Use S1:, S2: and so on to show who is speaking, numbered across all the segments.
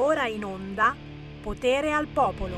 S1: ora in onda Potere al Popolo.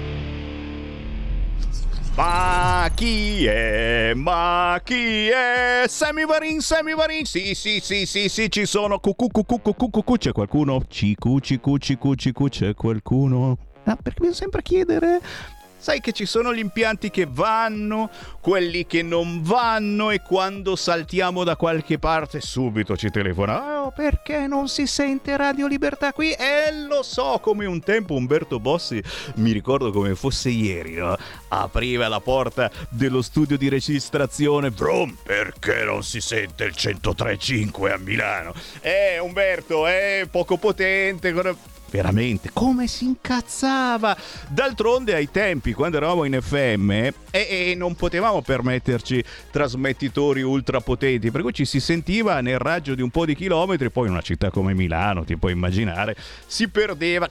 S2: Ma chi è? Ma chi è? Sammy Varin, Sammy Varin. Sì, ci sono. Cucù. C'è qualcuno? Cicu, c'è qualcuno? Ah, perché bisogna sempre chiedere? Sai che ci sono gli impianti che vanno, quelli che non vanno, e quando saltiamo da qualche parte subito ci telefona. Oh, perché non si sente Radio Libertà qui? Lo so, come un tempo Umberto Bossi, mi ricordo come fosse ieri, no? Apriva la porta dello studio di registrazione. Brum, perché non si sente il 103.5 a Milano? Umberto, è poco potente. Veramente, come si incazzava! D'altronde ai tempi, quando eravamo in FM e non potevamo permetterci trasmettitori ultrapotenti, per cui ci si sentiva nel raggio di un po' di chilometri. Poi in una città come Milano, ti puoi immaginare, si perdeva.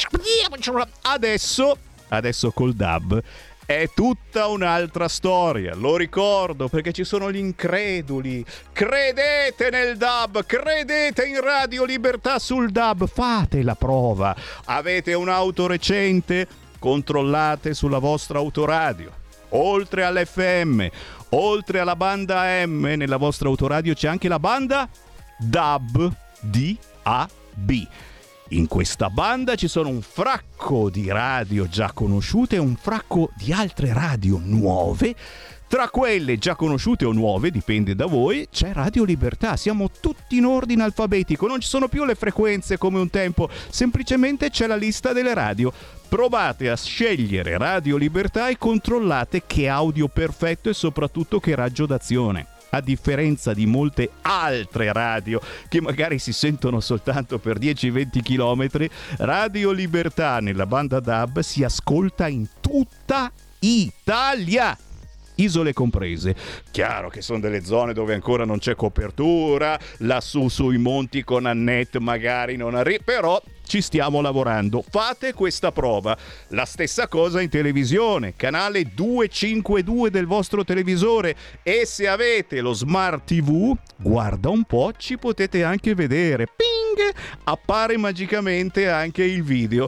S2: Adesso col DAB è tutta un'altra storia, lo ricordo, perché ci sono gli increduli. Credete nel DAB, credete in Radio Libertà sul DAB, fate la prova. Avete un'auto recente? Controllate sulla vostra autoradio. Oltre all'FM, oltre alla banda AM, nella vostra autoradio c'è anche la banda DAB, D-A-B. In questa banda ci sono un fracco di radio già conosciute e un fracco di altre radio nuove. Tra quelle già conosciute o nuove, dipende da voi, c'è Radio Libertà. Siamo tutti in ordine alfabetico, non ci sono più le frequenze come un tempo, semplicemente c'è la lista delle radio. Provate a scegliere Radio Libertà e controllate che audio perfetto e soprattutto che raggio d'azione. A differenza di molte altre radio che magari si sentono soltanto per 10-20 km, Radio Libertà nella banda DAB si ascolta in tutta Italia, isole comprese. Chiaro che sono delle zone dove ancora non c'è copertura, lassù sui monti con Annette magari non arriva, però ci stiamo lavorando. Fate questa prova. La stessa cosa in televisione, canale 252 del vostro televisore, e se avete lo Smart TV, guarda un po', ci potete anche vedere. Ping! Appare magicamente anche il video.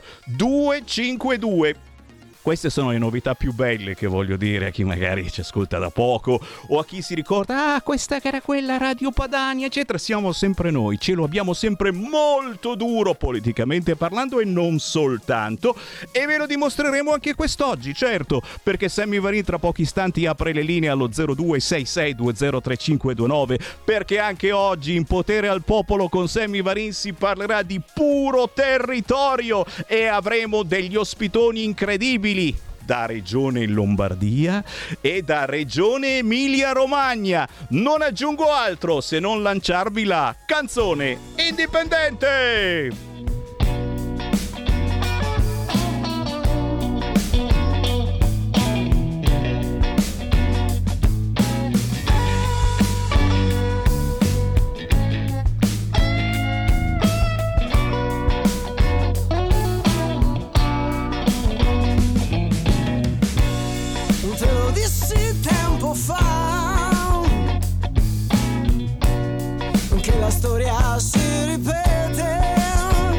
S2: 252. Queste sono le novità più belle che voglio dire a chi magari ci ascolta da poco o a chi si ricorda, questa che era quella Radio Padania, eccetera. Siamo sempre noi, ce lo abbiamo sempre molto duro politicamente parlando e non soltanto, e ve lo dimostreremo anche quest'oggi, certo, perché Sammy Varin tra pochi istanti apre le linee allo 0266203529, perché anche oggi in Potere al Popolo con Sammy Varin si parlerà di puro territorio e avremo degli ospitoni incredibili da regione Lombardia e da regione Emilia Romagna. Non aggiungo altro se non lanciarvi la canzone indipendente.
S3: Fa che la storia si ripete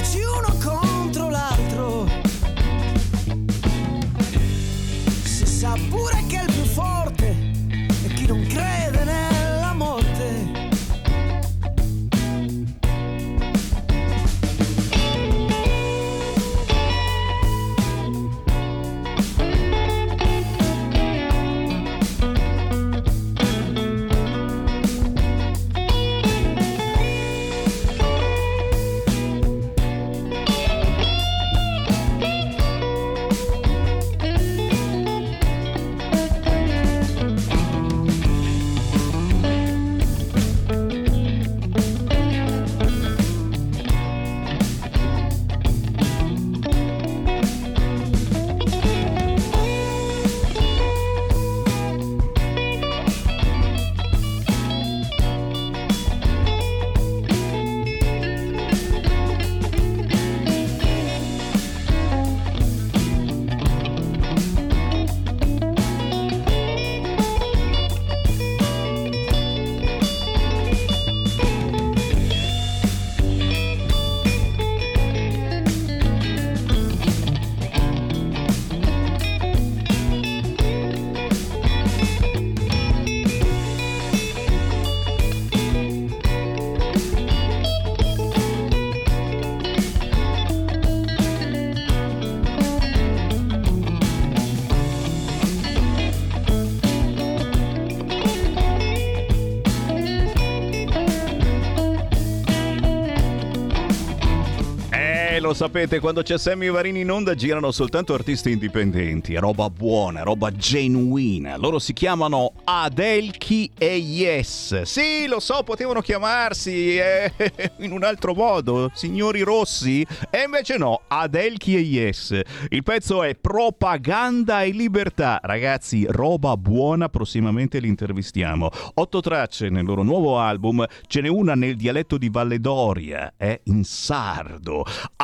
S3: messi uno contro l'altro. Si sa pure che il più forte è chi non crede nella morte.
S2: Lo sapete, quando c'è Sammy Varini in onda girano soltanto artisti indipendenti, roba buona, roba genuina. Loro si chiamano Adelchi e Yes. Sì, lo so, potevano chiamarsi in un altro modo, signori Rossi, e invece no, Adelchi e Yes. Il pezzo è Propaganda e Libertà. Ragazzi, roba buona, prossimamente li intervistiamo. 8 tracce nel loro nuovo album, ce n'è una nel dialetto di Valle d'Oria, in sardo.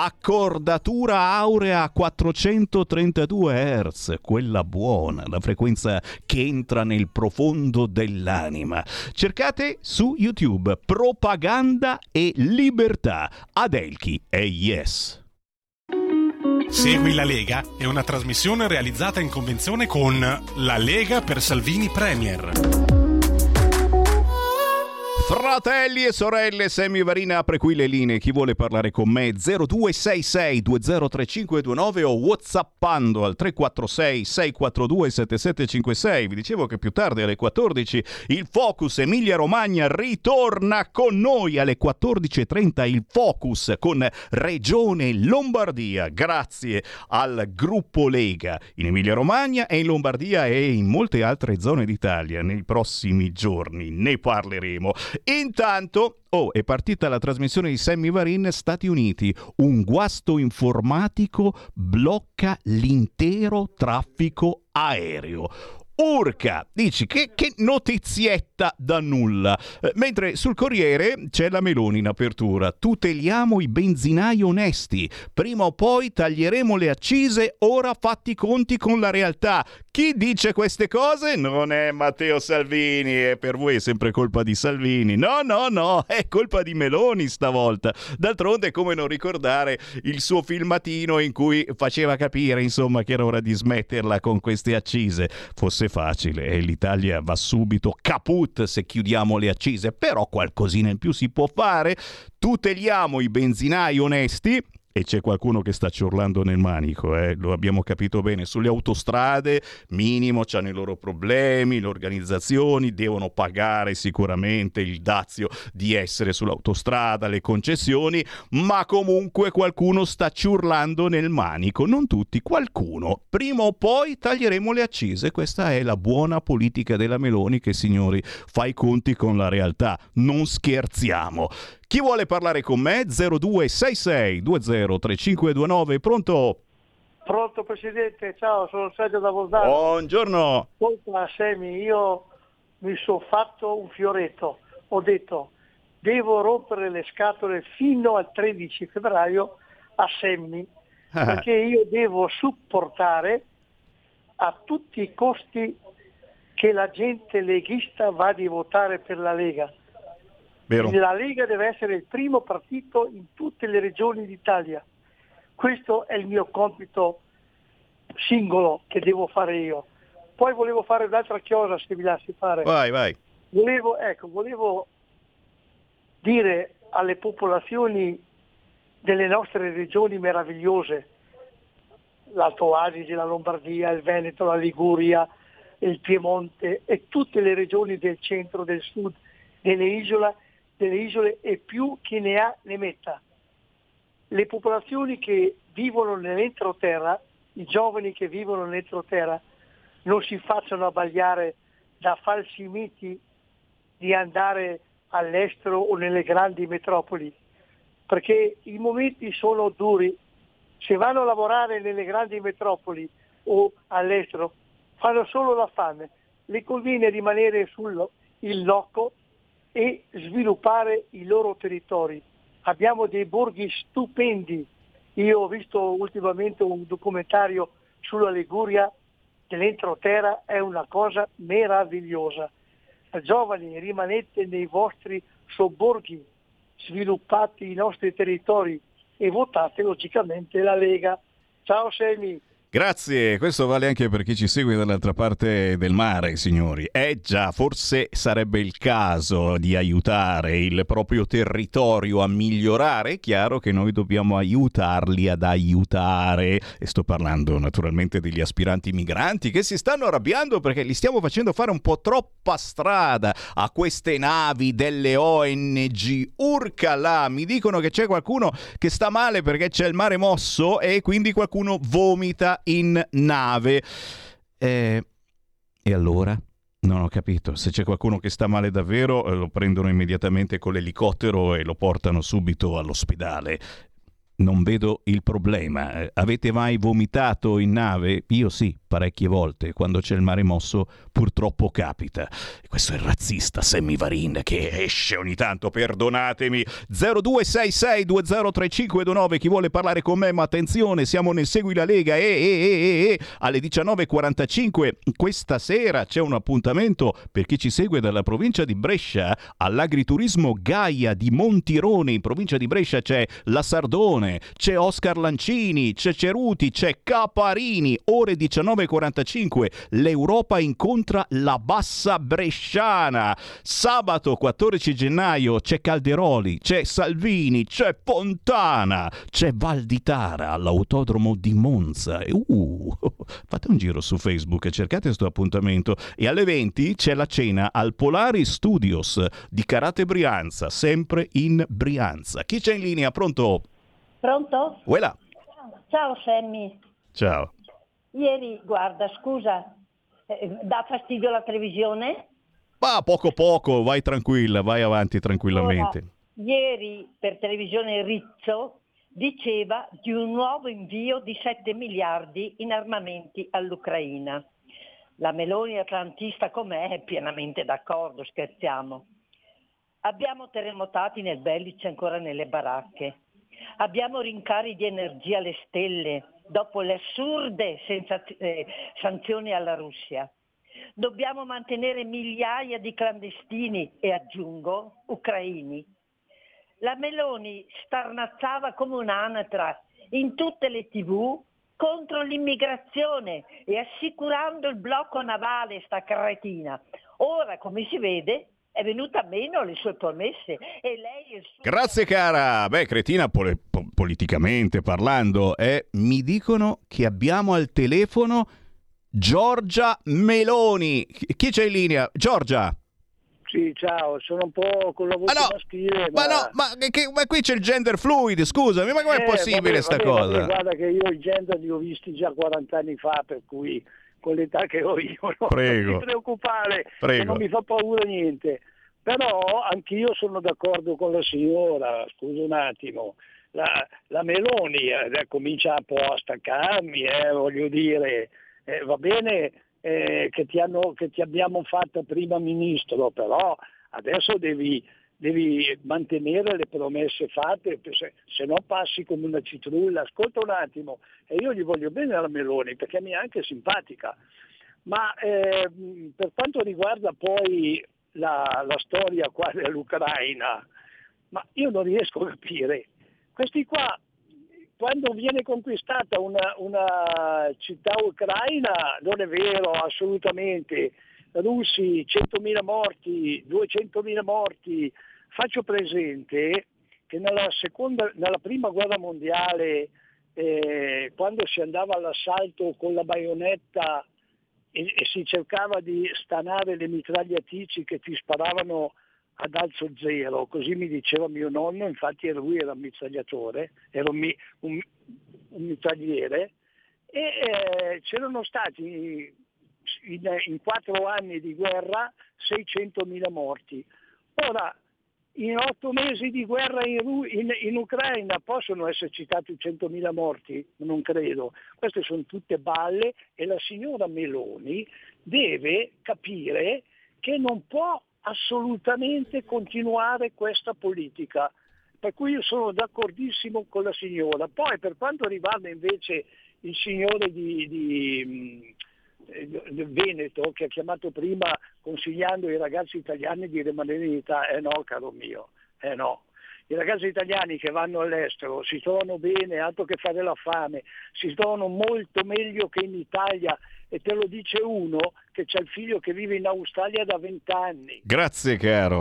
S2: Accordatura aurea a 432 Hz, quella buona, la frequenza che entra nel profondo dell'anima. Cercate su YouTube Propaganda e Libertà, Adelchi e Yes.
S4: Segui la Lega è una trasmissione realizzata in convenzione con La Lega per Salvini Premier.
S2: Fratelli e sorelle, Sammy Varina apre qui le linee. Chi vuole parlare con me 0266 203529 o whatsappando al 346 642 7756. Vi dicevo che più tardi alle 14 il Focus Emilia Romagna ritorna con noi. Alle 14.30 il Focus con Regione Lombardia, grazie al gruppo Lega in Emilia Romagna e in Lombardia e in molte altre zone d'Italia. Nei prossimi giorni ne parleremo. Intanto, è partita la trasmissione di Sammy Varin. Stati Uniti, un guasto informatico blocca l'intero traffico aereo. Urca, dici che notizietta da nulla. Mentre sul Corriere c'è la Meloni in apertura. Tuteliamo i benzinai onesti. Prima o poi taglieremo le accise, ora fatti i conti con la realtà. Chi dice queste cose non è Matteo Salvini, e per voi è sempre colpa di Salvini. No, è colpa di Meloni stavolta. D'altronde, come non ricordare il suo filmatino in cui faceva capire, insomma, che era ora di smetterla con queste accise. Fosse facile e l'Italia va subito caput se chiudiamo le accise, però qualcosina in più si può fare. Tuteliamo i benzinai onesti. E c'è qualcuno che sta ciurlando nel manico, lo abbiamo capito bene. Sulle autostrade, minimo, c'hanno i loro problemi, le organizzazioni devono pagare sicuramente il dazio di essere sull'autostrada, le concessioni, ma comunque qualcuno sta ciurlando nel manico. Non tutti, qualcuno. Prima o poi taglieremo le accise. Questa è la buona politica della Meloni che, signori, fa i conti con la realtà. Non scherziamo. Chi vuole parlare con me? 0266 203529. Pronto?
S5: Pronto Presidente, ciao, sono Sergio da Bolzano.
S2: Buongiorno.
S5: Ascolta Semi, io mi sono fatto un fioretto, ho detto devo rompere le scatole fino al 13 febbraio a Semmi, perché io devo supportare a tutti i costi che la gente leghista va di votare per la Lega.
S2: Vero.
S5: La Lega deve essere il primo partito in tutte le regioni d'Italia. Questo è il mio compito singolo che devo fare io. Poi volevo fare un'altra cosa, se mi lasci fare.
S2: Vai.
S5: Volevo dire alle popolazioni delle nostre regioni meravigliose, l'Alto Adige, la Lombardia, il Veneto, la Liguria, il Piemonte e tutte le regioni del centro, del sud, delle isole e più chi ne ha ne metta. Le popolazioni che vivono nell'entroterra, i giovani che vivono nell'entroterra, non si facciano abbagliare da falsi miti di andare all'estero o nelle grandi metropoli, perché i momenti sono duri. Se vanno a lavorare nelle grandi metropoli o all'estero fanno solo la fame, le conviene rimanere il loco e sviluppare i loro territori. Abbiamo dei borghi stupendi. Io ho visto ultimamente un documentario sulla Liguria dell'entroterra, è una cosa meravigliosa. Giovani, rimanete nei vostri sobborghi, sviluppate i nostri territori e votate logicamente la Lega. Ciao Semi.
S2: Grazie, questo vale anche per chi ci segue dall'altra parte del mare, signori. Già, forse sarebbe il caso di aiutare il proprio territorio a migliorare. È chiaro che noi dobbiamo aiutarli ad aiutare. E sto parlando naturalmente degli aspiranti migranti che si stanno arrabbiando perché li stiamo facendo fare un po' troppa strada a queste navi delle ONG. Urcala, mi dicono che c'è qualcuno che sta male perché c'è il mare mosso e quindi qualcuno vomita in nave. E allora? Non ho capito. Se c'è qualcuno che sta male davvero, lo prendono immediatamente con l'elicottero e lo portano subito all'ospedale. Non vedo il problema. Avete mai vomitato in nave? Io sì, parecchie volte. Quando c'è il mare mosso purtroppo capita. Questo è il razzista Sammy Varin che esce ogni tanto, perdonatemi. 0266203529, chi vuole parlare con me, ma attenzione, siamo nel Segui la Lega alle 19:45 questa sera c'è un appuntamento per chi ci segue dalla provincia di Brescia all'agriturismo Gaia di Montirone. In provincia di Brescia c'è la Sardone, c'è Oscar Lancini, c'è Ceruti, c'è Caparini. Ore 19:45 l'Europa incontra la Bassa Bresciana. Sabato 14 gennaio c'è Calderoli, c'è Salvini, c'è Fontana, c'è Valditara all'autodromo di Monza. Fate un giro su Facebook e cercate questo appuntamento. E alle 20 c'è la cena al Polari Studios di Karate Brianza, sempre in Brianza. Chi c'è in linea? Pronto?
S6: Pronto?
S2: Uela.
S6: Ciao Sammy.
S2: Ciao.
S6: Ieri, guarda, scusa, dà fastidio la televisione?
S2: Ma poco, vai tranquilla, vai avanti tranquillamente.
S6: Ora, ieri per televisione Rizzo diceva di un nuovo invio di 7 miliardi in armamenti all'Ucraina. La Meloni atlantista com'è è pienamente d'accordo, scherziamo. Abbiamo terremotati nel Belice ancora nelle baracche. Abbiamo rincari di energia alle stelle dopo le assurde sanzioni alla Russia. Dobbiamo mantenere migliaia di clandestini e, aggiungo, ucraini. La Meloni starnazzava come un'anatra in tutte le TV contro l'immigrazione e assicurando il blocco navale, sta cretina. Ora, come si vede, è venuta meno le sue promesse e lei e il suo...
S2: Grazie cara. Beh, cretina politicamente parlando, mi dicono che abbiamo al telefono Giorgia Meloni. Chi c'è in linea? Giorgia.
S5: Sì, ciao, sono un po' con la voce maschile,
S2: ma qui c'è il gender fluid, scusami, ma com'è possibile sta cosa?
S5: Vabbè, guarda che io i gender li ho visti già 40 anni fa, per cui con l'età che ho io non ti preoccupare, non mi fa paura niente. Però anch'io sono d'accordo con la signora, scusa un attimo, la Meloni comincia un po' a staccarmi, voglio dire, va bene che ti abbiamo fatto prima ministro, però adesso devi mantenere le promesse fatte, se no passi come una citrulla. Ascolta un attimo, e io gli voglio bene alla Meloni perché mi è anche simpatica, ma per quanto riguarda poi la storia qua dell'Ucraina, ma io non riesco a capire. Questi qua, quando viene conquistata una città ucraina, non è vero assolutamente, russi 100.000 morti, 200.000 morti, faccio presente che nella prima guerra mondiale, quando si andava all'assalto con la baionetta e si cercava di stanare le mitragliatrici che ti sparavano ad alzo zero, così mi diceva mio nonno, infatti lui era un mitragliatore, era un mitragliere, e c'erano stati in 4 anni di guerra 600.000 morti. Ora, in 8 mesi di guerra in Ucraina possono esserci stati 100.000 morti? Non credo. Queste sono tutte balle e la signora Meloni deve capire che non può assolutamente continuare questa politica, per cui io sono d'accordissimo con la signora. Poi per quanto riguarda invece il signore di Veneto, che ha chiamato prima consigliando ai ragazzi italiani di rimanere in Italia, no caro mio, no. I ragazzi italiani che vanno all'estero si trovano bene, altro che fare la fame, si trovano molto meglio che in Italia, e te lo dice uno che c'ha il figlio che vive in Australia da 20 anni.
S2: Grazie caro,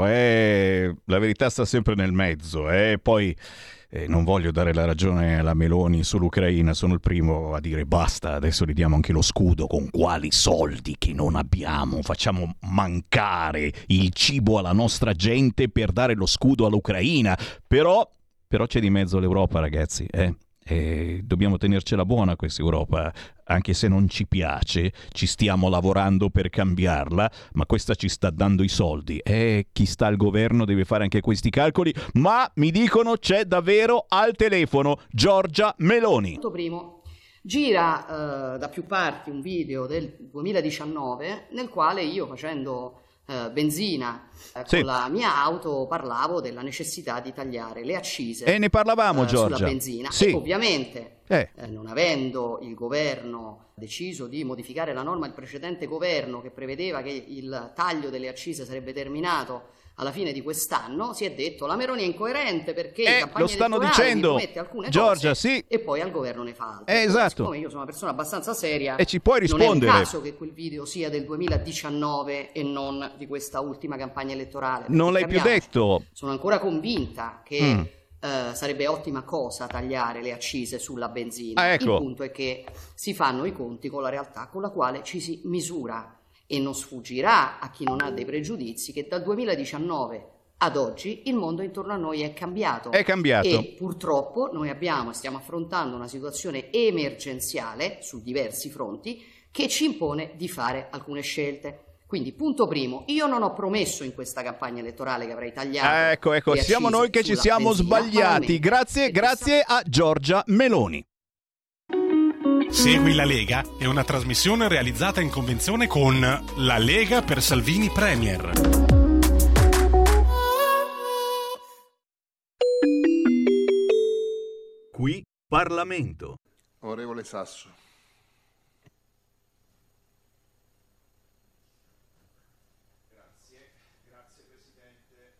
S2: la verità sta sempre nel mezzo, poi non voglio dare la ragione alla Meloni sull'Ucraina, sono il primo a dire basta, adesso gli diamo anche lo scudo, con quali soldi che non abbiamo, facciamo mancare il cibo alla nostra gente per dare lo scudo all'Ucraina, però c'è di mezzo l'Europa, ragazzi, E dobbiamo tenercela buona questa Europa, anche se non ci piace, ci stiamo lavorando per cambiarla, ma questa ci sta dando i soldi e chi sta al governo deve fare anche questi calcoli. Ma mi dicono c'è davvero al telefono Giorgia Meloni.
S7: Primo, gira da più parti un video del 2019 nel quale io, facendo benzina
S2: sì,
S7: con la mia auto, parlavo della necessità di tagliare le accise
S2: e ne parlavamo Giorgia
S7: sulla benzina,
S2: sì.
S7: E ovviamente non avendo il governo deciso di modificare la norma del precedente governo che prevedeva che il taglio delle accise sarebbe terminato alla fine di quest'anno, si è detto la Meloni è incoerente perché in campagna
S2: lo stanno
S7: elettorale
S2: dicendo,
S7: promette alcune
S2: Giorgia,
S7: cose
S2: sì,
S7: e poi al governo ne fa altre.
S2: Esatto.
S7: Siccome io sono una persona abbastanza seria
S2: e ci puoi rispondere,
S7: non è un caso che quel video sia del 2019 e non di questa ultima campagna elettorale.
S2: Non l'hai più detto.
S7: Sono ancora convinta che sarebbe ottima cosa tagliare le accise sulla benzina.
S2: Ecco.
S7: Il punto è che si fanno i conti con la realtà con la quale ci si misura, e non sfuggirà a chi non ha dei pregiudizi che dal 2019 ad oggi il mondo intorno a noi è cambiato.
S2: È cambiato.
S7: E purtroppo noi stiamo affrontando una situazione emergenziale su diversi fronti che ci impone di fare alcune scelte. Quindi, punto primo, io non ho promesso in questa campagna elettorale che avrei tagliato.
S2: Ecco, siamo noi che ci siamo sbagliati. Grazie a Giorgia Meloni.
S4: Segui la Lega è una trasmissione realizzata in convenzione con La Lega per Salvini Premier.
S2: Qui Parlamento.
S8: Onorevole Sasso. Grazie Presidente.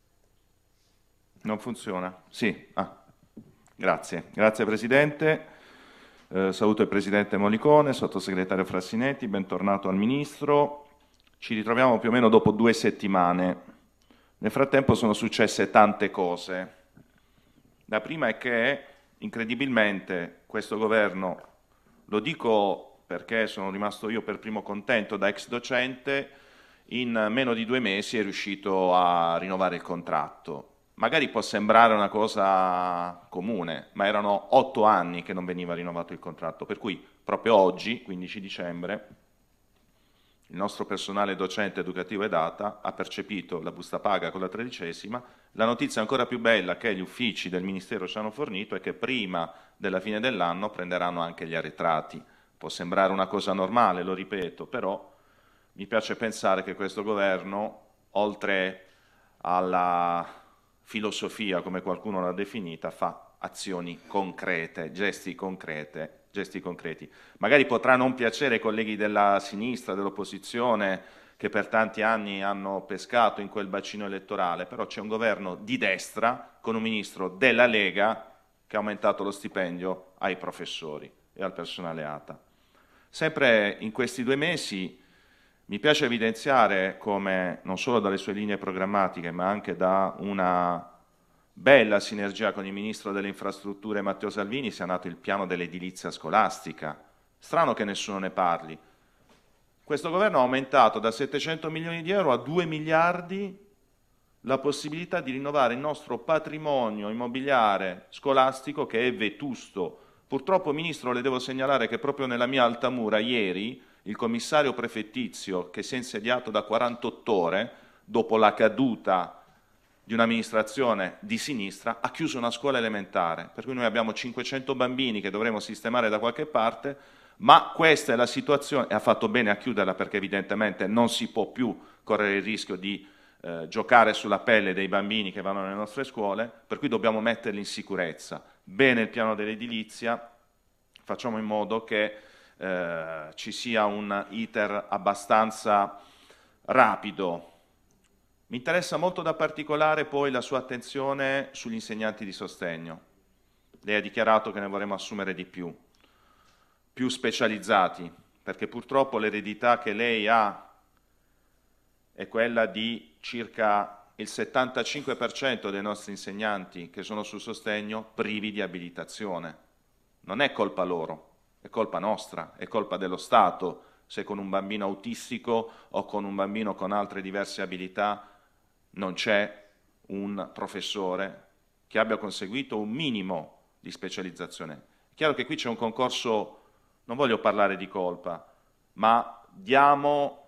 S8: Non funziona? Sì. Grazie Presidente. Saluto il Presidente Molicone, Sottosegretario Frassinetti, bentornato al Ministro. Ci ritroviamo più o meno dopo 2 settimane. Nel frattempo sono successe tante cose. La prima è che, incredibilmente, questo governo, lo dico perché sono rimasto io per primo contento da ex docente, in meno di 2 mesi è riuscito a rinnovare il contratto. Magari può sembrare una cosa comune, ma erano 8 anni che non veniva rinnovato il contratto, per cui proprio oggi, 15 dicembre, il nostro personale docente educativo e data ha percepito la busta paga con la 13ª. La notizia ancora più bella che gli uffici del Ministero ci hanno fornito è che prima della fine dell'anno prenderanno anche gli arretrati. Può sembrare una cosa normale, lo ripeto, però mi piace pensare che questo governo, oltre alla filosofia, come qualcuno l'ha definita, fa azioni concrete, gesti concreti. Magari potrà non piacere ai colleghi della sinistra, dell'opposizione, che per tanti anni hanno pescato in quel bacino elettorale, però c'è un governo di destra con un ministro della Lega che ha aumentato lo stipendio ai professori e al personale ATA. Sempre in questi 2 mesi mi piace evidenziare come, non solo dalle sue linee programmatiche, ma anche da una bella sinergia con il Ministro delle Infrastrutture Matteo Salvini, sia nato il piano dell'edilizia scolastica. Strano che nessuno ne parli. Questo governo ha aumentato da 700 milioni di euro a 2 miliardi la possibilità di rinnovare il nostro patrimonio immobiliare scolastico, che è vetusto. Purtroppo, Ministro, le devo segnalare che proprio nella mia Altamura ieri il commissario prefettizio, che si è insediato da 48 ore dopo la caduta di un'amministrazione di sinistra, ha chiuso una scuola elementare, per cui noi abbiamo 500 bambini che dovremo sistemare da qualche parte, ma questa è la situazione, e ha fatto bene a chiuderla perché evidentemente non si può più correre il rischio di giocare sulla pelle dei bambini che vanno nelle nostre scuole, per cui dobbiamo metterli in sicurezza. Bene il piano dell'edilizia, facciamo in modo che ci sia un iter abbastanza rapido. Mi interessa molto da particolare poi la sua attenzione sugli insegnanti di sostegno. Lei ha dichiarato che ne vorremmo assumere di più specializzati, perché purtroppo l'eredità che lei ha è quella di circa il 75% dei nostri insegnanti che sono sul sostegno privi di abilitazione. Non è colpa loro, è colpa nostra, è colpa dello Stato, se con un bambino autistico o con un bambino con altre diverse abilità non c'è un professore che abbia conseguito un minimo di specializzazione. È chiaro che qui c'è un concorso, non voglio parlare di colpa, ma diamo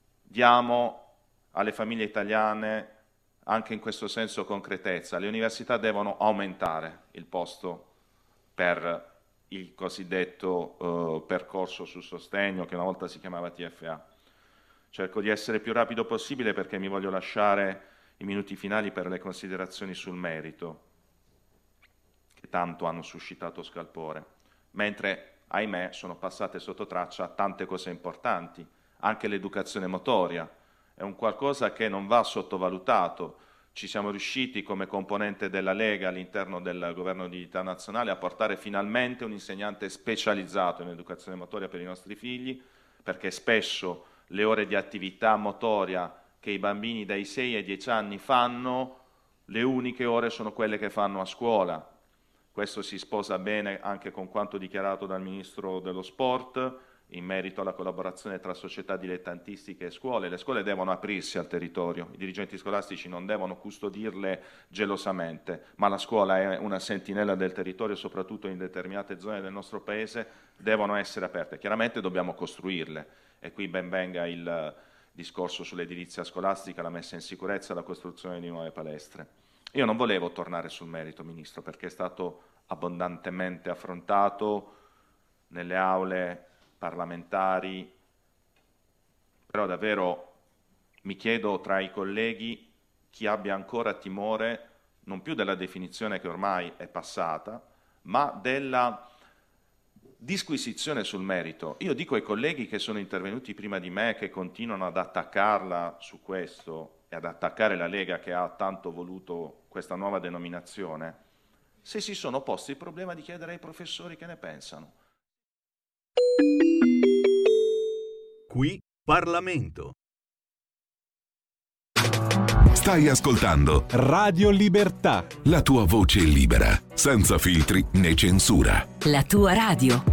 S8: alle famiglie italiane anche in questo senso concretezza. Le università devono aumentare il posto per il cosiddetto percorso sul sostegno, che una volta si chiamava TFA. Cerco di essere più rapido possibile perché mi voglio lasciare i minuti finali per le considerazioni sul merito, che tanto hanno suscitato scalpore, mentre, ahimè, sono passate sotto traccia tante cose importanti. Anche l'educazione motoria è un qualcosa che non va sottovalutato. Ci siamo riusciti come componente della Lega all'interno del Governo di Unità Nazionale a portare finalmente un insegnante specializzato in educazione motoria per i nostri figli, perché spesso le ore di attività motoria che i bambini dai 6 ai 10 anni fanno, le uniche ore sono quelle che fanno a scuola. Questo si sposa bene anche con quanto dichiarato dal Ministro dello Sport in merito alla collaborazione tra società dilettantistiche e scuole. Le scuole devono aprirsi al territorio, i dirigenti scolastici non devono custodirle gelosamente, ma la scuola è una sentinella del territorio, soprattutto in determinate zone del nostro Paese, devono essere aperte. Chiaramente dobbiamo costruirle, e qui ben venga il discorso sull'edilizia scolastica, la messa in sicurezza, la costruzione di nuove palestre. Io non volevo tornare sul merito, Ministro, perché è stato abbondantemente affrontato nelle aule parlamentari, però davvero mi chiedo tra i colleghi chi abbia ancora timore non più della definizione che ormai è passata, ma della disquisizione sul merito. Io dico ai colleghi che sono intervenuti prima di me, che continuano ad attaccarla su questo e ad attaccare la Lega che ha tanto voluto questa nuova denominazione, se si sono posti il problema di chiedere ai professori che ne pensano.
S9: Qui Parlamento.
S10: Stai ascoltando
S11: Radio Libertà.
S10: La tua voce libera, senza filtri né censura.
S12: La tua radio.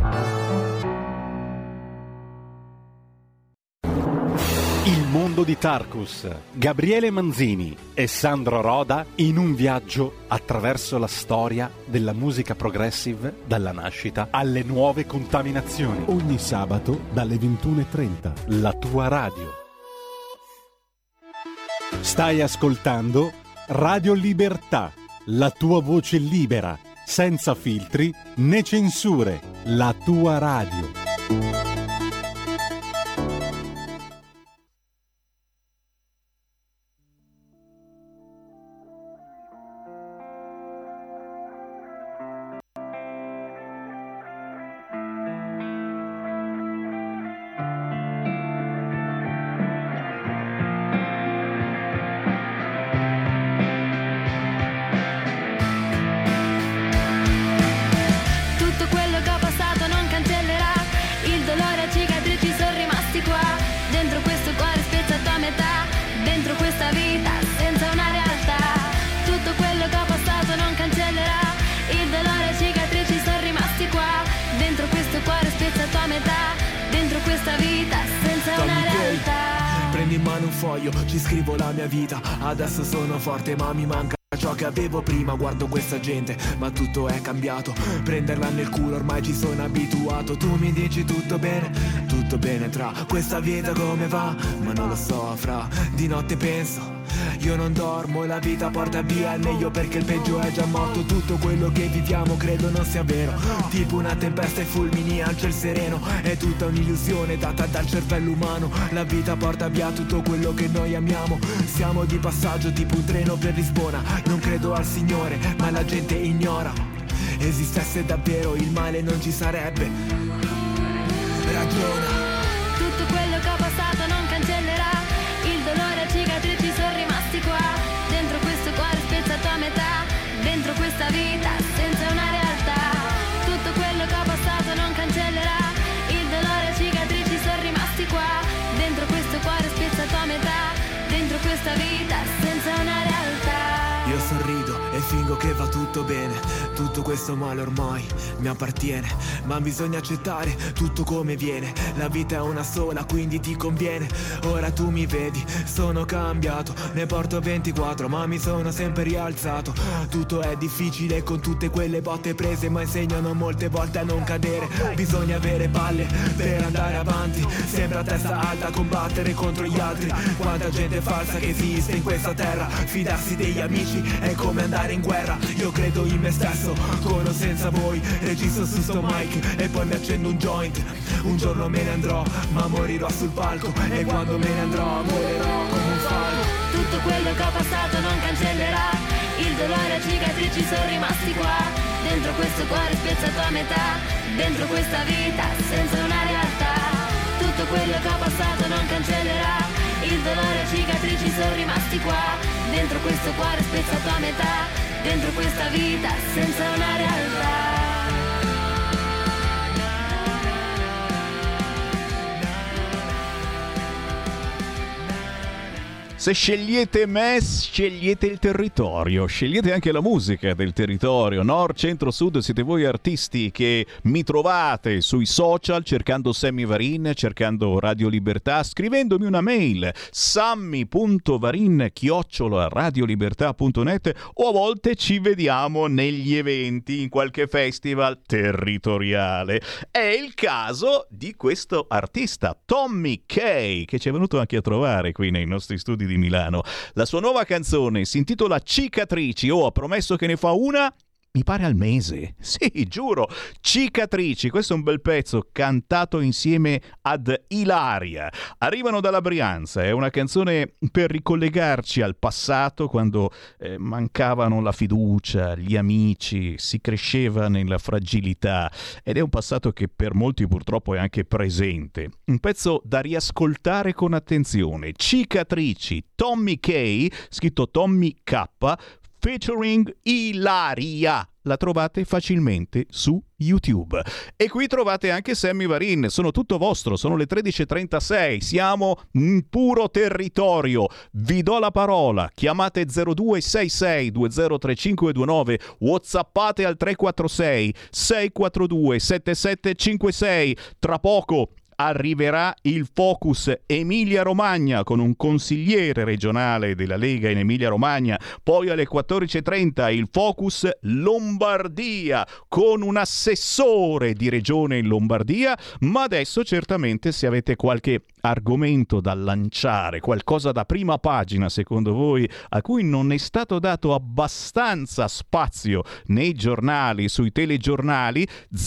S11: Il mondo di Tarkus, Gabriele Manzini e Sandro Roda in un viaggio attraverso la storia della musica progressive dalla nascita alle nuove contaminazioni.
S13: Ogni sabato dalle 21:30.
S11: La tua radio. Stai ascoltando Radio Libertà, la tua voce libera, senza filtri né censure. La tua radio.
S3: foglio ci scrivo la mia vita. Adesso sono forte ma mi manca ciò che avevo prima. Guardo questa gente ma tutto è cambiato. Prenderla nel culo ormai ci sono abituato. Tu mi dici tutto bene tra questa vita come va, ma non lo so, fra di notte penso, io non dormo e la vita porta via il meglio perché il peggio è già morto. Tutto quello che viviamo credo non sia vero, tipo una tempesta e fulmini al ciel sereno. È tutta un'illusione data dal cervello umano. La vita porta via tutto quello che noi amiamo. Siamo di passaggio tipo un treno per Lisbona. Non credo al Signore ma la gente ignora. Esistesse davvero il male non ci sarebbe. Ragiona.
S12: Tutto quello che ho passato non cancellerà. Il dolore e cicatrici sono rimasti qua. Dentro questo cuore spezzato a metà. Dentro questa vita senza una realtà. Tutto quello che ho passato non cancellerà. Il dolore e cicatrici sono rimasti qua. Dentro questo cuore spezzato a metà. Dentro questa vita senza una realtà.
S3: Io sorrido e fingo che va tutto bene. Tutto questo male ormai mi appartiene, ma bisogna accettare tutto come viene. La vita è una sola, quindi ti conviene. Ora tu mi vedi, sono cambiato. Ne porto 24, ma mi sono sempre rialzato. Tutto è difficile con tutte quelle botte prese, ma insegnano molte volte a non cadere. Bisogna avere palle per andare avanti, sempre a testa alta a combattere contro gli altri. Quanta gente falsa che esiste in questa terra. Fidarsi degli amici è come andare in guerra. Io credo in me stesso, con o senza voi. Registro su sto mic e poi mi accendo un joint. Un giorno me ne andrò, ma morirò sul palco. E quando me ne andrò, morirò come un falco.
S12: Tutto quello che ho passato non cancellerà. Il dolore e cicatrici sono rimasti qua. Dentro questo cuore spezzato a metà. Dentro questa vita senza una realtà. Tutto quello che ho passato non cancellerà. Il dolore e cicatrici sono rimasti qua. Dentro questo cuore spezzato a metà. Dentro questa vita senza una realtà.
S2: Se scegliete me, scegliete il territorio, scegliete anche la musica del territorio. Nord, centro, sud, siete voi artisti che mi trovate sui social cercando Sammy Varin, cercando Radio Libertà, scrivendomi una mail sammy.varin@radiolibertà.net, o a volte ci vediamo negli eventi, in qualche festival territoriale. È il caso di questo artista, Tommy K, che ci è venuto anche a trovare qui nei nostri studi di Milano. La sua nuova canzone si intitola Cicatrici. Ha promesso che ne fa una, mi pare al mese. Sì, giuro. Cicatrici, questo è un bel pezzo cantato insieme ad Ilaria. Arrivano dalla Brianza, è una canzone per ricollegarci al passato, quando mancavano la fiducia, gli amici, si cresceva nella fragilità, ed è un passato che per molti purtroppo è anche presente. Un pezzo da riascoltare con attenzione. Cicatrici, Tommy K, scritto Tommy K, featuring Ilaria. La trovate facilmente su YouTube. E qui trovate anche Sammy Varin. Sono tutto vostro, sono le 13.36, siamo in puro territorio. Vi do la parola, chiamate 0266 203529, whatsappate al 346 642 7756. Tra poco arriverà il Focus Emilia Romagna con un consigliere regionale della Lega in Emilia Romagna. Poi alle 14.30 il Focus Lombardia con un assessore di regione in Lombardia. Ma adesso certamente, se avete qualche argomento da lanciare, qualcosa da prima pagina secondo voi a cui non è stato dato abbastanza spazio nei giornali, sui telegiornali,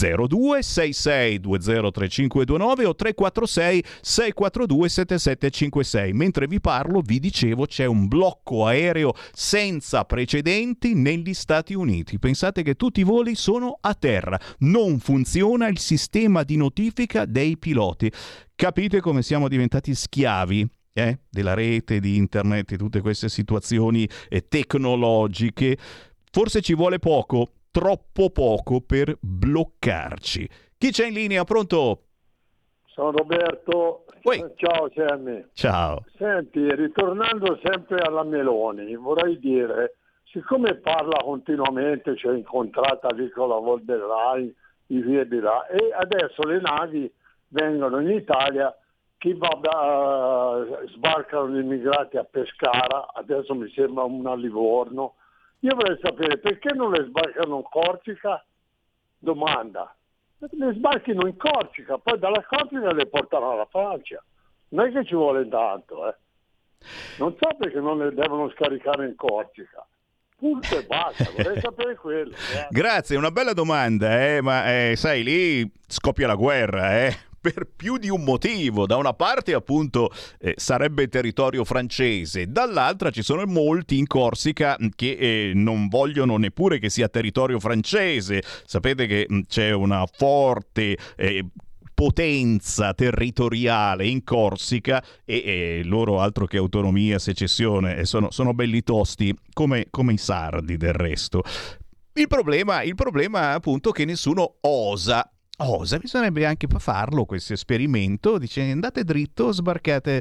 S2: 0266 203529 o 346 642 7756. Mentre vi parlo, vi dicevo, c'è un blocco aereo senza precedenti negli Stati Uniti. Pensate che tutti i voli sono a terra, non funziona il sistema di notifica dei piloti. Capite come siamo diventati schiavi della rete, di internet, di tutte queste situazioni tecnologiche? Forse ci vuole poco, troppo poco, per bloccarci. Chi c'è in linea? Pronto?
S14: Sono Roberto. Ciao Sammy.
S2: Ciao.
S14: Senti, ritornando sempre alla Meloni, vorrei dire, siccome parla continuamente, c'è incontrata lì con la von der Leyen, di via di là, e adesso le navi vengono in Italia, sbarcano gli immigrati a Pescara, adesso mi sembra una a Livorno. Io vorrei sapere perché non le sbarcano in Corsica? Domanda. Le sbarchino in Corsica, poi dalla Corsica le portano alla Francia. Non è che ci vuole tanto, eh. Non so perché non le devono scaricare in Corsica. Punto e basta, vorrei sapere quello.
S2: Grazie, una bella domanda, ma sai, lì scoppia la guerra, per più di un motivo. Da una parte appunto sarebbe territorio francese, dall'altra ci sono molti in Corsica che non vogliono neppure che sia territorio francese. Sapete che c'è una forte potenza territoriale in Corsica e loro altro che autonomia, secessione, sono belli tosti come i sardi del resto. Il problema appunto che nessuno osa, bisognerebbe anche farlo questo esperimento, dice andate dritto, sbarcate.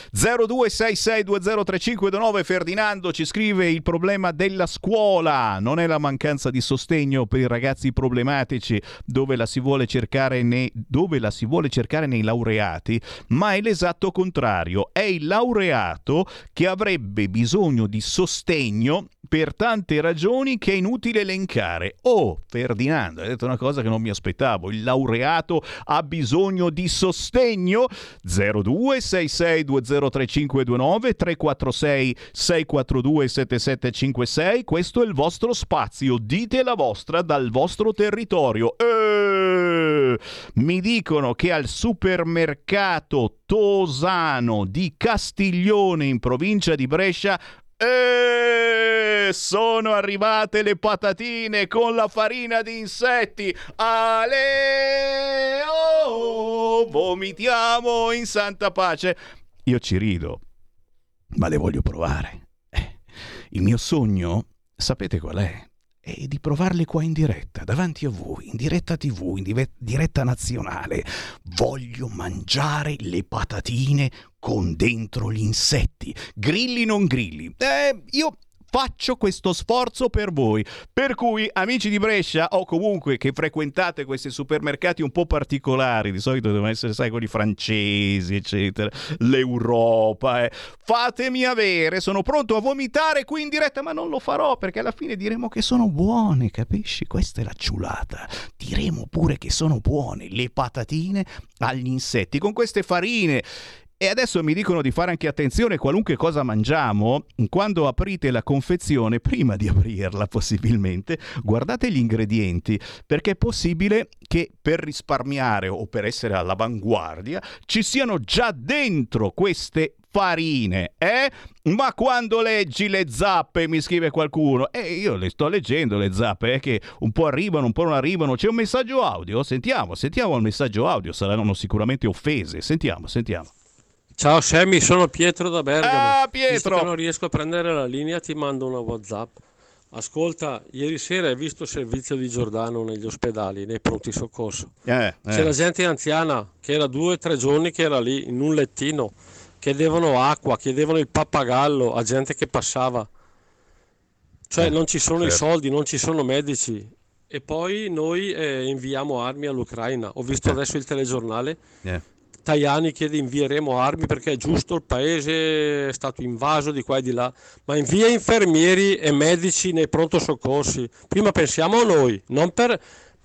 S2: 0266203529. Ferdinando ci scrive: il problema della scuola non è la mancanza di sostegno per i ragazzi problematici dove la si vuole cercare nei laureati, ma è l'esatto contrario, è il laureato che avrebbe bisogno di sostegno per tante ragioni che è inutile elencare. Ferdinando, hai detto una cosa che non mi aspettavo, il laureato ha bisogno di sostegno. 0266203529 346 642 7756. Questo è il vostro spazio, dite la vostra dal vostro territorio. Mi dicono che al supermercato Tosano di Castiglione in provincia di Brescia sono arrivate le patatine con la farina di insetti. Vomitiamo in santa pace. Io ci rido, ma le voglio provare. Il mio sogno, sapete qual è? È di provarle qua in diretta, davanti a voi, in diretta TV, in diretta nazionale. Voglio mangiare le patatine con dentro gli insetti, grilli non grilli. Io faccio questo sforzo per voi, per cui amici di Brescia o comunque che frequentate questi supermercati un po' particolari, di solito devono essere, sai, quelli francesi eccetera, l'Europa, fatemi avere, sono pronto a vomitare qui in diretta, ma non lo farò perché alla fine diremo che sono buone, capisci? Questa è la ciulata, diremo pure che sono buone le patatine agli insetti con queste farine. E adesso mi dicono di fare anche attenzione, qualunque cosa mangiamo, quando aprite la confezione, prima di aprirla possibilmente, guardate gli ingredienti, perché è possibile che per risparmiare o per essere all'avanguardia ci siano già dentro queste farine, Ma quando leggi le zappe, mi scrive qualcuno, io le sto leggendo le zappe, che un po' arrivano, un po' non arrivano. C'è un messaggio audio? Sentiamo il messaggio audio, saranno sicuramente offese. Sentiamo.
S15: Ciao Sammy, sono Pietro da Bergamo.
S2: Pietro!
S15: Visto che non riesco a prendere la linea, ti mando una WhatsApp. Ascolta, ieri sera hai visto il servizio di Giordano negli ospedali, nei pronti soccorso. C'era gente anziana che era 2 o 3 giorni che era lì in un lettino, chiedevano acqua, chiedevano il pappagallo a gente che passava. Cioè non ci sono i soldi, non ci sono medici. E poi noi inviamo armi all'Ucraina. Ho visto adesso il telegiornale. Tajani chiede invieremo armi perché è giusto, il paese è stato invaso di qua e di là, ma invia infermieri e medici nei pronto soccorsi. Prima pensiamo a noi, non per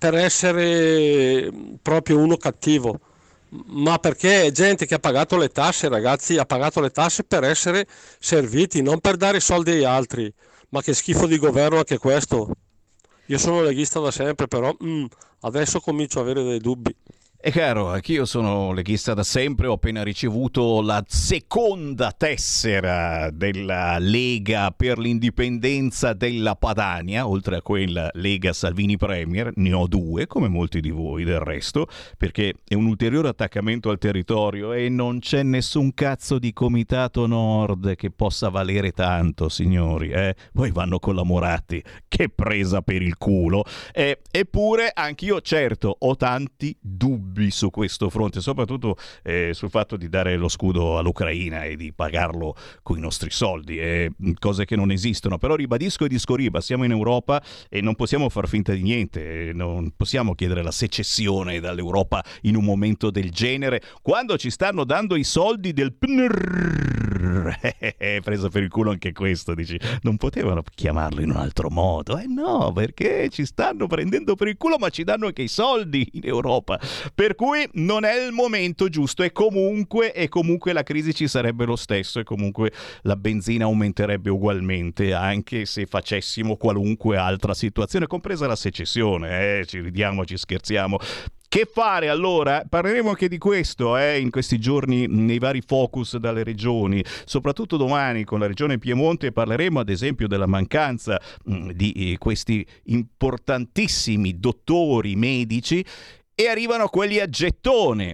S15: essere proprio uno cattivo, ma perché è gente che ha pagato le tasse, ragazzi, ha pagato le tasse per essere serviti, non per dare soldi agli altri. Ma che schifo di governo anche questo. Io sono leghista da sempre, però adesso comincio a avere dei dubbi.
S2: E caro, anch'io sono leghista da sempre, ho appena ricevuto la seconda tessera della Lega per l'indipendenza della Padania, oltre a quella Lega Salvini Premier, ne ho 2, come molti di voi del resto, perché è un ulteriore attaccamento al territorio e non c'è nessun cazzo di comitato nord che possa valere tanto, signori, Poi vanno con la Moratti, che presa per il culo. Eppure anch'io, certo, ho tanti dubbi dubbi su questo fronte, soprattutto sul fatto di dare lo scudo all'Ucraina e di pagarlo con i nostri soldi, cose che non esistono. Però ribadisco e discoriba, siamo in Europa e non possiamo far finta di niente, non possiamo chiedere la secessione dall'Europa in un momento del genere, quando ci stanno dando i soldi del PNRR. Presa per il culo anche questo, dici, non potevano chiamarlo in un altro modo? No, perché ci stanno prendendo per il culo, ma ci danno anche i soldi in Europa, per cui non è il momento giusto, e comunque la crisi ci sarebbe lo stesso, e comunque la benzina aumenterebbe ugualmente, anche se facessimo qualunque altra situazione, compresa la secessione, ci ridiamo, ci scherziamo. Che fare allora? Parleremo anche di questo in questi giorni nei vari focus dalle regioni, soprattutto domani con la regione Piemonte parleremo ad esempio della mancanza di questi importantissimi dottori medici, e arrivano quelli a gettone.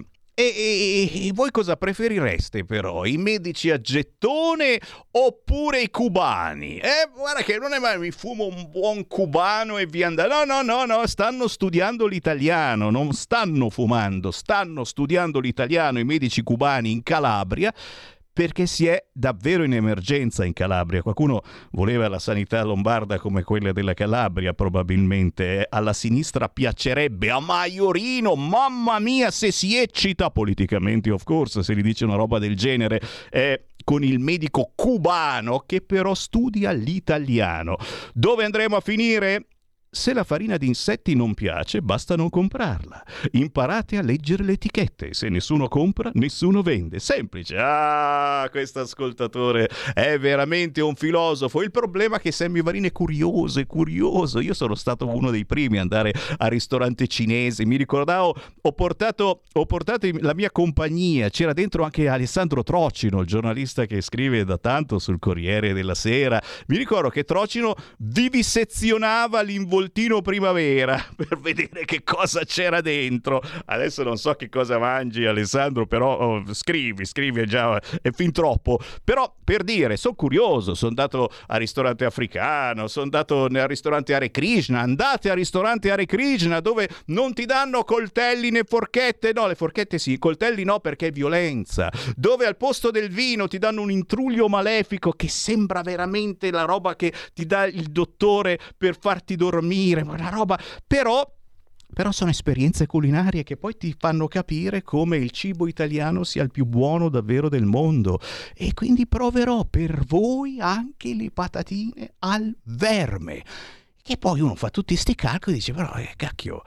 S2: E voi cosa preferireste però? I medici a gettone oppure i cubani? Guarda che non è mai, mi fumo un buon cubano e via andare. No, stanno studiando l'italiano, non stanno fumando, stanno studiando l'italiano i medici cubani in Calabria, perché si è davvero in emergenza in Calabria. Qualcuno voleva la sanità lombarda come quella della Calabria, probabilmente. Alla sinistra piacerebbe, a Maiorino, mamma mia, se si eccita politicamente, of course, se gli dice una roba del genere, con il medico cubano che però studia l'italiano. Dove andremo a finire? Se la farina di insetti non piace, basta non comprarla. Imparate a leggere le etichette. Se nessuno compra, nessuno vende. Semplice. Questo ascoltatore è veramente un filosofo. Il problema è che Sammy Varin è curioso. Io sono stato uno dei primi ad andare a ristoranti cinesi. Mi ricordavo, ho portato la mia compagnia. C'era dentro anche Alessandro Trocino, il giornalista che scrive da tanto sul Corriere della Sera. Mi ricordo che Trocino vivisezionava l'involtino primavera per vedere che cosa c'era dentro. Adesso non so che cosa mangi, Alessandro, però scrivi, è già è fin troppo. Però per dire, sono curioso, sono andato al ristorante africano, sono andato al ristorante Hare Krishna. Andate al ristorante Hare Krishna, dove non ti danno coltelli né forchette. No, le forchette sì, i coltelli no, perché è violenza. Dove al posto del vino ti danno un intruglio malefico che sembra veramente la roba che ti dà il dottore per farti dormire, una roba, però sono esperienze culinarie che poi ti fanno capire come il cibo italiano sia il più buono davvero del mondo, e quindi proverò per voi anche le patatine al verme. Che poi uno fa tutti sti calcoli e dice, però cacchio,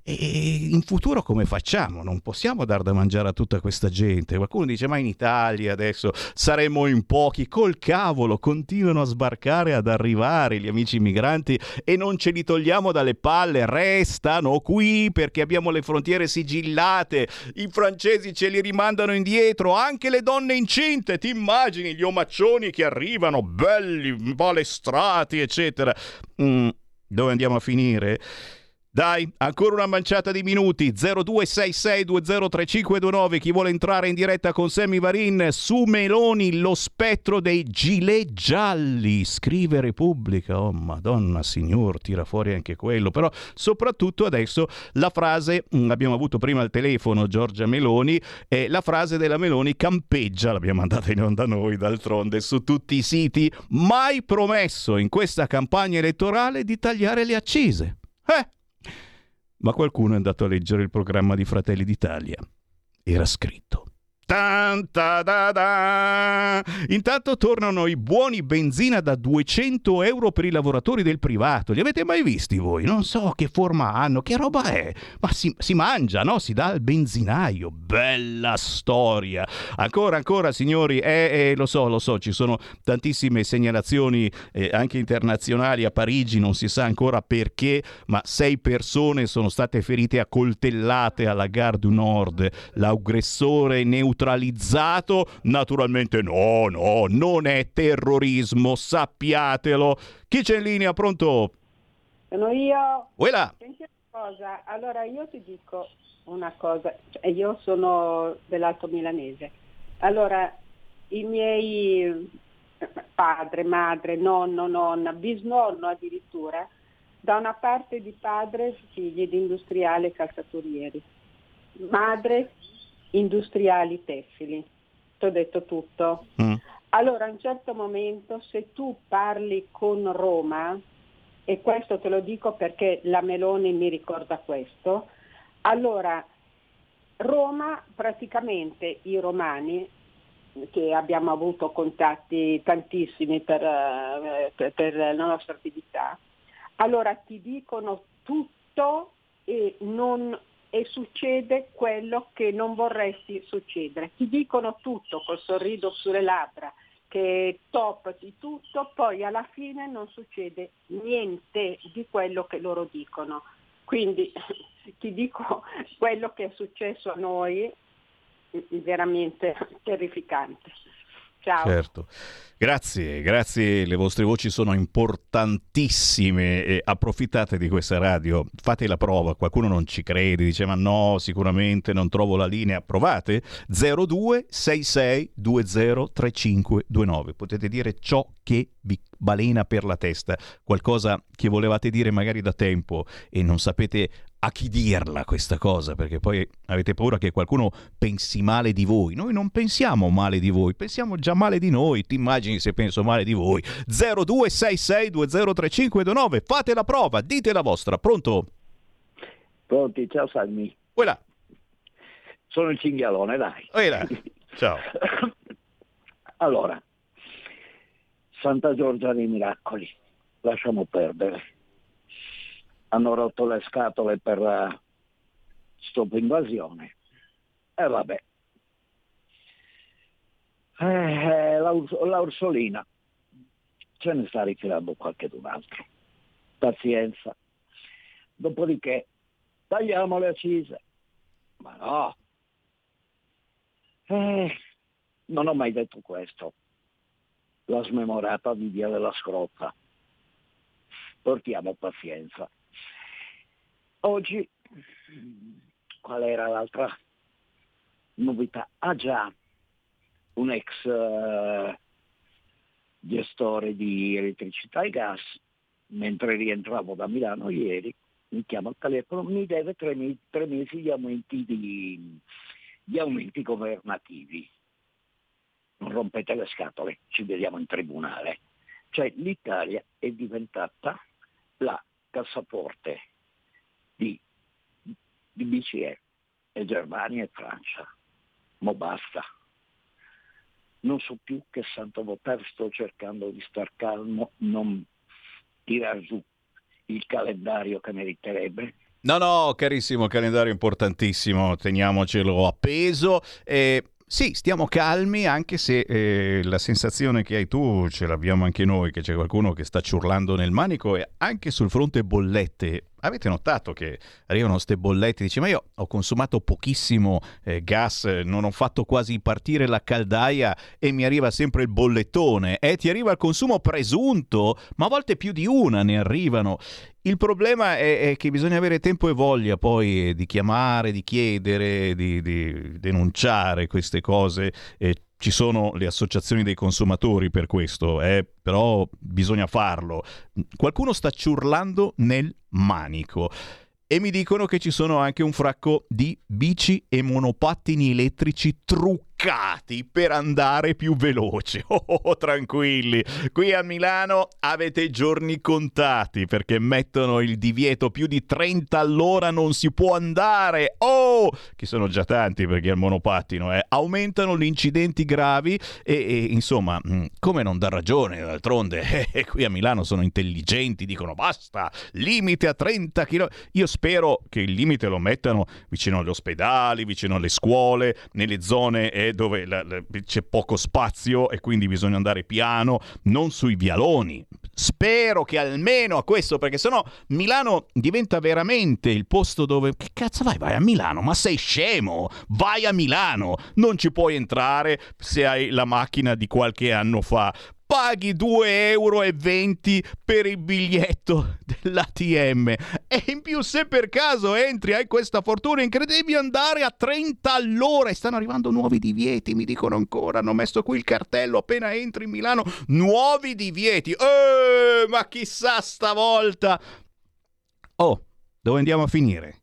S2: e in futuro come facciamo? Non possiamo dar da mangiare a tutta questa gente. Qualcuno dice, ma in Italia adesso saremo in pochi. Col cavolo, continuano a sbarcare, ad arrivare gli amici migranti e non ce li togliamo dalle palle, restano qui perché abbiamo le frontiere sigillate. I francesi ce li rimandano indietro, anche le donne incinte. Ti immagini gli omaccioni che arrivano belli, palestrati, eccetera. Dove andiamo a finire? Dai, ancora una manciata di minuti. 0266203529. Chi vuole entrare in diretta con Sammy Varin su Meloni, lo spettro dei gilet gialli, scrive Repubblica. Oh madonna signor, tira fuori anche quello. Però soprattutto adesso la frase, abbiamo avuto prima al telefono Giorgia Meloni, e la frase della Meloni campeggia, l'abbiamo mandata in onda noi d'altronde su tutti i siti. Mai promesso in questa campagna elettorale di tagliare le accise. Ma qualcuno è andato a leggere il programma di Fratelli d'Italia. Era scritto. Intanto tornano i buoni benzina da 200 euro per i lavoratori del privato. Li avete mai visti voi? Non so che forma hanno, che roba è, ma si mangia, no? Si dà al benzinaio. Bella storia. Ancora signori, lo so, ci sono tantissime segnalazioni anche internazionali. A Parigi non si sa ancora perché, ma 6 persone sono state ferite a coltellate alla Gare du Nord. L'aggressore neutralizzato. Naturalmente no, non è terrorismo, sappiatelo. Chi c'è in linea? Pronto?
S16: Sono io.
S2: Uela.
S16: Senti una cosa, allora io ti dico una cosa, io sono dell'Alto Milanese. Allora, i miei padre, madre, nonno, nonna, bisnonno addirittura, da una parte di padre figli di industriali e calzaturieri. madre industriali tessili. Ti ho detto tutto. Allora, a un certo momento, se tu parli con Roma, e questo te lo dico perché la Meloni mi ricorda questo, allora Roma, praticamente i romani, che abbiamo avuto contatti tantissimi per la nostra attività, allora ti dicono tutto e succede quello che non vorresti succedere. Ti dicono tutto col sorriso sulle labbra, che è top di tutto, poi alla fine non succede niente di quello che loro dicono. Quindi ti dico quello che è successo a noi, veramente terrificante. Ciao.
S2: Certo. Grazie, le vostre voci sono importantissime e approfittate di questa radio, fate la prova, qualcuno non ci crede, dice ma no, sicuramente non trovo la linea, provate 0266203529, potete dire ciò che vi balena per la testa, qualcosa che volevate dire magari da tempo e non sapete a chi dirla questa cosa, perché poi avete paura che qualcuno pensi male di voi. Noi non pensiamo male di voi, pensiamo già male di noi. Ti immagini se penso male di voi? 0266203529, fate la prova, dite la vostra. Pronto?
S17: Pronti, ciao Salmi.
S2: Voilà.
S17: Sono il cinghialone, dai.
S2: Voilà. Ciao.
S17: Allora, Santa Giorgia dei Miracoli, lasciamo perdere. Hanno rotto le scatole per stop invasione. E vabbè. La Ursolina ce ne sta rifilando qualche d'un altro. Pazienza. Dopodiché tagliamo le accise. Ma no. Non ho mai detto questo. La smemorata di Via della Scrozza. Portiamo pazienza. Oggi, qual era l'altra novità? Ah già, un ex gestore di elettricità e gas, mentre rientravo da Milano ieri, mi chiama al telefono, mi deve 3 mesi di aumenti governativi. Non rompete le scatole, ci vediamo in tribunale. Cioè l'Italia è diventata la cassaforte di BCE e Germania e Francia. Ma basta. Non so più che santo votare, sto cercando di star calmo, non tirar giù il calendario che meriterebbe.
S2: No, carissimo, calendario importantissimo, teniamocelo appeso. Sì, stiamo calmi, anche se la sensazione che hai tu ce l'abbiamo anche noi, che c'è qualcuno che sta ciurlando nel manico, e anche sul fronte bollette. Avete notato che arrivano ste bollette, dice ma io ho consumato pochissimo gas, non ho fatto quasi partire la caldaia e mi arriva sempre il bollettone. Ti arriva il consumo presunto, ma a volte più di una ne arrivano. Il problema è che bisogna avere tempo e voglia poi di chiamare, di chiedere, di denunciare queste cose. Ci sono le associazioni dei consumatori per questo, però bisogna farlo. Qualcuno sta ciurlando nel manico e mi dicono che ci sono anche un fracco di bici e monopattini elettrici truccati per andare più veloce. Tranquilli, qui a Milano avete i giorni contati perché mettono il divieto, più di 30 all'ora non si può andare. Che sono già tanti perché al monopattino aumentano gli incidenti gravi e insomma, come non dar ragione, d'altronde qui a Milano sono intelligenti, dicono basta, limite a 30 km. Io spero che il limite lo mettano vicino agli ospedali, vicino alle scuole, nelle zone dove c'è poco spazio e quindi bisogna andare piano, non sui vialoni. Spero che almeno a questo, perché sennò Milano diventa veramente il posto dove... Che cazzo vai a Milano? Ma sei scemo? Vai a Milano! Non ci puoi entrare se hai la macchina di qualche anno fa. Paghi 2,20 euro per il biglietto dell'ATM e in più se per caso entri hai questa fortuna incredibile, devi andare a 30 all'ora e stanno arrivando nuovi divieti, mi dicono ancora, hanno messo qui il cartello appena entri in Milano, nuovi divieti, ma chissà stavolta. Dove andiamo a finire?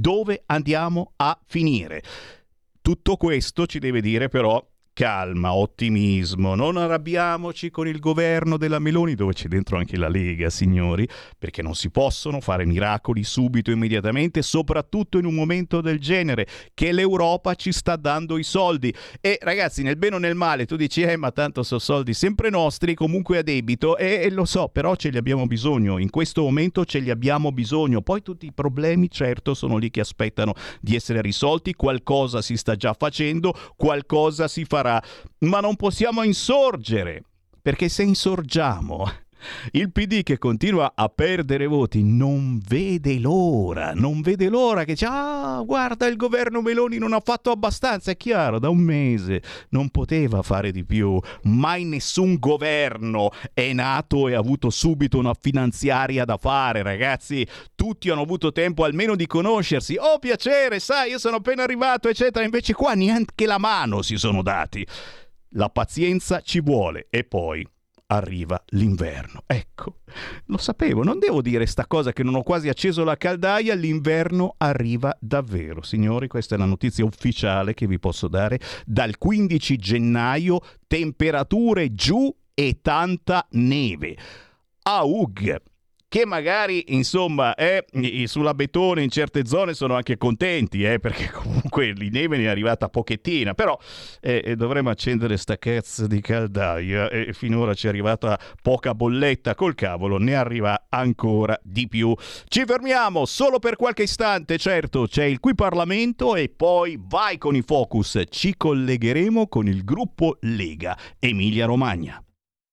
S2: Dove andiamo a finire? Tutto questo ci deve dire però calma, ottimismo, non arrabbiamoci con il governo della Meloni, dove c'è dentro anche la Lega, signori, perché non si possono fare miracoli subito, immediatamente, soprattutto in un momento del genere, che l'Europa ci sta dando i soldi. E ragazzi, nel bene o nel male, tu dici, ma tanto sono soldi sempre nostri, comunque a debito, e lo so, però ce li abbiamo bisogno, in questo momento ce li abbiamo bisogno. Poi tutti i problemi, certo, sono lì che aspettano di essere risolti, qualcosa si sta già facendo, qualcosa si farà, ma non possiamo insorgere, perché se insorgiamo il PD, che continua a perdere voti, non vede l'ora che dice, guarda, il governo Meloni non ha fatto abbastanza. È chiaro, da un mese non poteva fare di più, mai nessun governo è nato e ha avuto subito una finanziaria da fare, ragazzi, tutti hanno avuto tempo almeno di conoscersi, piacere, sai, io sono appena arrivato, eccetera. Invece qua neanche la mano si sono dati. La pazienza ci vuole, e poi arriva l'inverno. Ecco, lo sapevo, non devo dire sta cosa che non ho quasi acceso la caldaia, l'inverno arriva davvero. Signori, questa è la notizia ufficiale che vi posso dare. Dal 15 gennaio temperature giù e tanta neve. Aug! Che magari, insomma, sulla Betone in certe zone sono anche contenti, perché comunque di neve ne è arrivata pochettina, però dovremmo accendere sta cazzo di caldaia, e finora ci è arrivata poca bolletta, col cavolo ne arriva ancora di più. Ci fermiamo solo per qualche istante, certo, c'è il Qui Parlamento e poi vai con i focus, ci collegheremo con il gruppo Lega Emilia Romagna.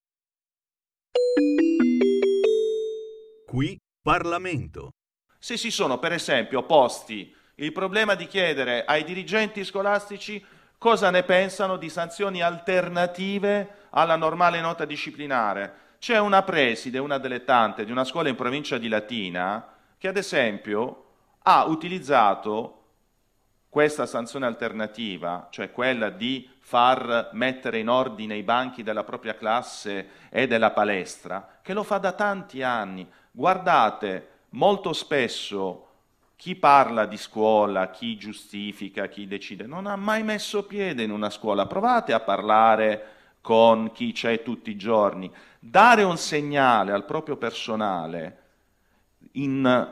S9: Qui Parlamento.
S8: Se si sono per esempio posti il problema di chiedere ai dirigenti scolastici cosa ne pensano di sanzioni alternative alla normale nota disciplinare. C'è una preside, una dilettante di una scuola in provincia di Latina, che ad esempio ha utilizzato questa sanzione alternativa, cioè quella di far mettere in ordine i banchi della propria classe e della palestra, che lo fa da tanti anni. Guardate, molto spesso chi parla di scuola, chi giustifica, chi decide, non ha mai messo piede in una scuola. Provate a parlare con chi c'è tutti i giorni. Dare un segnale al proprio personale in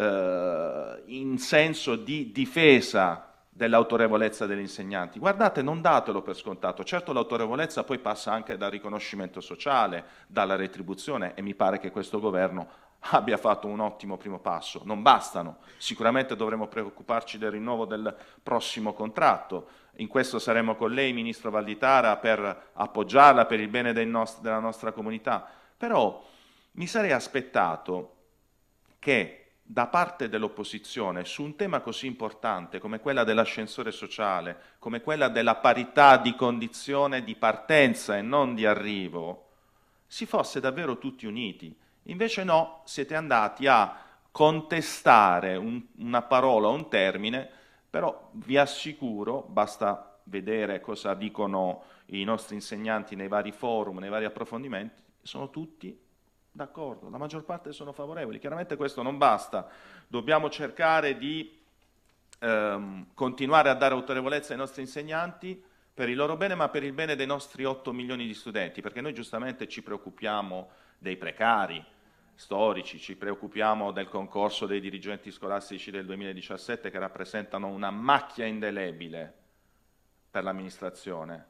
S8: senso di difesa dell'autorevolezza degli insegnanti. Guardate, non datelo per scontato. Certo, l'autorevolezza poi passa anche dal riconoscimento sociale, dalla retribuzione, e mi pare che questo governo abbia fatto un ottimo primo passo. Non bastano, sicuramente dovremo preoccuparci del rinnovo del prossimo contratto. In questo saremo con lei, Ministro Valditara, per appoggiarla per il bene della nostra comunità. Però mi sarei aspettato che da parte dell'opposizione, su un tema così importante come quella dell'ascensore sociale, come quella della parità di condizione di partenza e non di arrivo, si fosse davvero tutti uniti. Invece no, siete andati a contestare una parola, un termine, però vi assicuro, basta vedere cosa dicono i nostri insegnanti nei vari forum, nei vari approfondimenti, sono tutti d'accordo, la maggior parte sono favorevoli. Chiaramente questo non basta, dobbiamo cercare di continuare a dare autorevolezza ai nostri insegnanti per il loro bene, ma per il bene dei nostri 8 milioni di studenti, perché noi giustamente ci preoccupiamo dei precari storici, ci preoccupiamo del concorso dei dirigenti scolastici del 2017 che rappresentano una macchia indelebile per l'amministrazione.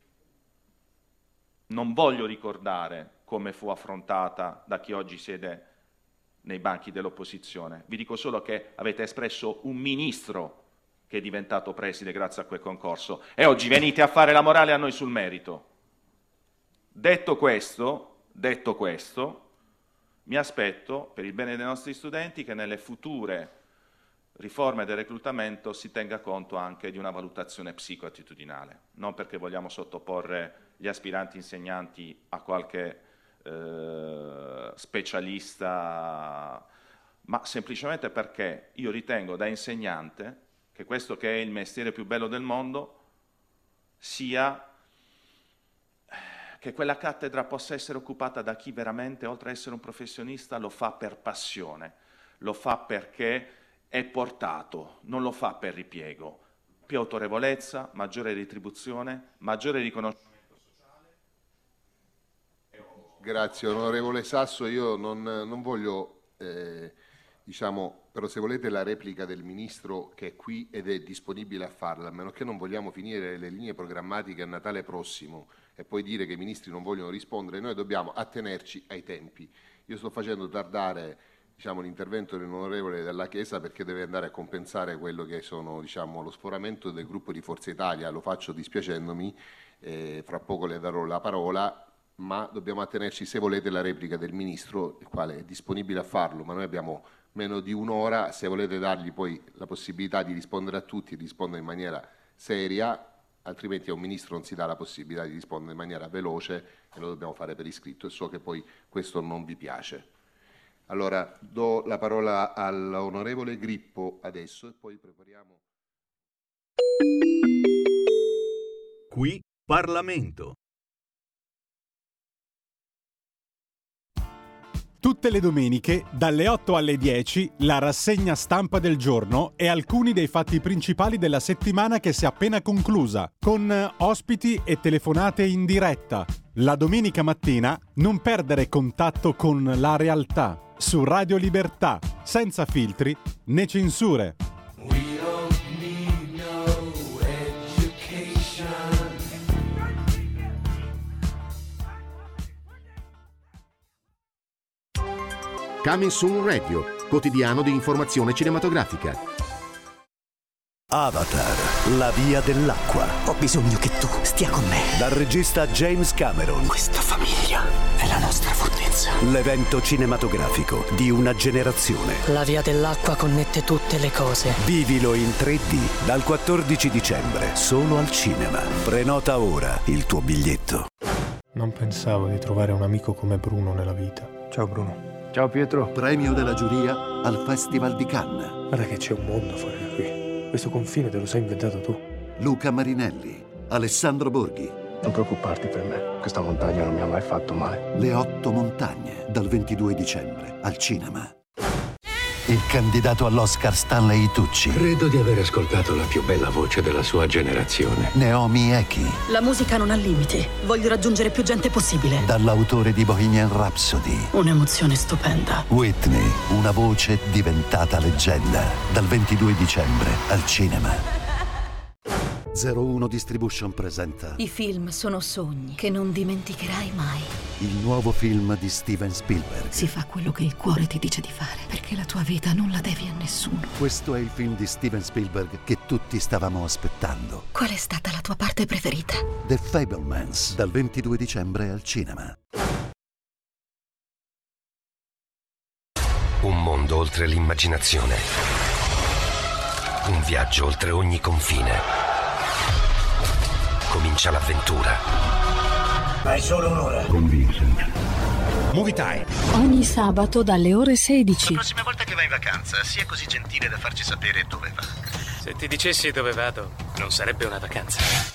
S8: Non voglio ricordare come fu affrontata da chi oggi siede nei banchi dell'opposizione. Vi dico solo che avete espresso un ministro che è diventato preside grazie a quel concorso e oggi venite a fare la morale a noi sul merito. Detto questo, mi aspetto, per il bene dei nostri studenti, che nelle future riforme del reclutamento si tenga conto anche di una valutazione psicoattitudinale, non perché vogliamo sottoporre gli aspiranti insegnanti a qualche specialista, ma semplicemente perché io ritengo da insegnante che questo, che è il mestiere più bello del mondo, sia che quella cattedra possa essere occupata da chi veramente, oltre a essere un professionista, lo fa per passione, lo fa perché è portato, non lo fa per ripiego. Più autorevolezza, maggiore retribuzione, maggiore riconoscimento sociale.
S18: Grazie onorevole Sasso, io non voglio, però se volete la replica del Ministro che è qui ed è disponibile a farla, a meno che non vogliamo finire le linee programmatiche a Natale prossimo e poi dire che i Ministri non vogliono rispondere, noi dobbiamo attenerci ai tempi. Io sto facendo tardare l'intervento dell'onorevole Della Chiesa perché deve andare a compensare quello che sono lo sforamento del gruppo di Forza Italia, lo faccio dispiacendomi, fra poco le darò la parola, ma dobbiamo attenerci, se volete, la replica del Ministro, il quale è disponibile a farlo, ma noi abbiamo meno di un'ora, se volete dargli poi la possibilità di rispondere a tutti, di rispondere in maniera seria, altrimenti a un Ministro non si dà la possibilità di rispondere in maniera veloce e lo dobbiamo fare per iscritto e so che poi questo non vi piace. Allora, do la parola all'onorevole Grippo adesso e poi prepariamo.
S9: Qui Parlamento.
S11: Tutte le domeniche, dalle 8 alle 10, la rassegna stampa del giorno e alcuni dei fatti principali della settimana che si è appena conclusa, con ospiti e telefonate in diretta. La domenica mattina non perdere contatto con la realtà. Su Radio Libertà, senza filtri né censure.
S19: Coming Soon Radio, quotidiano di informazione cinematografica.
S20: Avatar, la via dell'acqua.
S21: Ho bisogno che tu stia con me.
S20: Dal regista James Cameron.
S21: Questa famiglia è la nostra fortezza.
S20: L'evento cinematografico di una generazione.
S21: La via dell'acqua connette tutte le cose.
S20: Vivilo in 3D dal 14 dicembre, solo al cinema. Prenota ora il tuo biglietto.
S22: Non pensavo di trovare un amico come Bruno nella vita. Ciao Bruno.
S23: Ciao Pietro.
S19: Premio della giuria al Festival di Cannes.
S22: Guarda che c'è un mondo fuori da qui. Questo confine te lo sei inventato tu.
S19: Luca Marinelli, Alessandro Borghi.
S23: Non preoccuparti per me, questa montagna non mi ha mai fatto male.
S19: Le 8 montagne, dal 22 dicembre, al cinema. Il candidato all'Oscar Stanley Tucci.
S24: Credo di aver ascoltato la più bella voce della sua generazione.
S19: Naomi Eki.
S25: La musica non ha limiti. Voglio raggiungere più gente possibile.
S19: Dall'autore di Bohemian Rhapsody.
S25: Un'emozione stupenda.
S19: Whitney, una voce diventata leggenda. Dal 22 dicembre al cinema. 01 Distribution presenta
S25: I film sono sogni che non dimenticherai mai.
S19: il nuovo film di Steven Spielberg.
S25: Si fa quello che il cuore ti dice di fare, perché la tua vita non la devi a nessuno.
S19: Questo è il film di Steven Spielberg che tutti stavamo aspettando.
S25: Qual è stata la tua parte preferita?
S19: The Fabelmans, dal 22 dicembre al cinema.
S26: Un mondo oltre l'immaginazione. Un viaggio oltre ogni confine. Comincia l'avventura.
S24: Hai solo un'ora.
S26: Con Vincent. Movie Time.
S25: Ogni sabato dalle ore 16.
S27: La prossima volta che vai in vacanza, sia così gentile da farci sapere dove va.
S28: Se ti dicessi dove vado, non sarebbe una vacanza.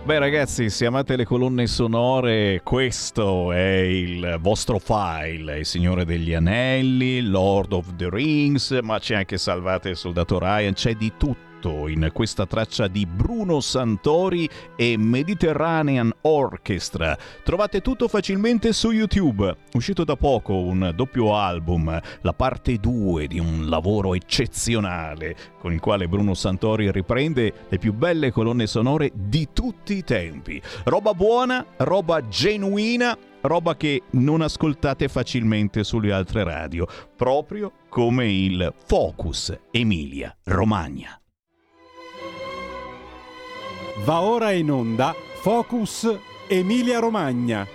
S2: Beh ragazzi, se amate le colonne sonore, questo è il vostro file, Il Signore degli Anelli, Lord of the Rings, ma c'è anche Salvate il Soldato Ryan, c'è di tutto in questa traccia di Bruno Santori e Mediterranean Orchestra. Trovate tutto facilmente su YouTube. Uscito da poco un doppio album, la parte 2 di un lavoro eccezionale con il quale Bruno Santori riprende le più belle colonne sonore di tutti i tempi. Roba buona, roba genuina, roba che non ascoltate facilmente sulle altre radio, proprio come il Focus Emilia Romagna.
S11: Va ora in onda Focus Emilia Romagna.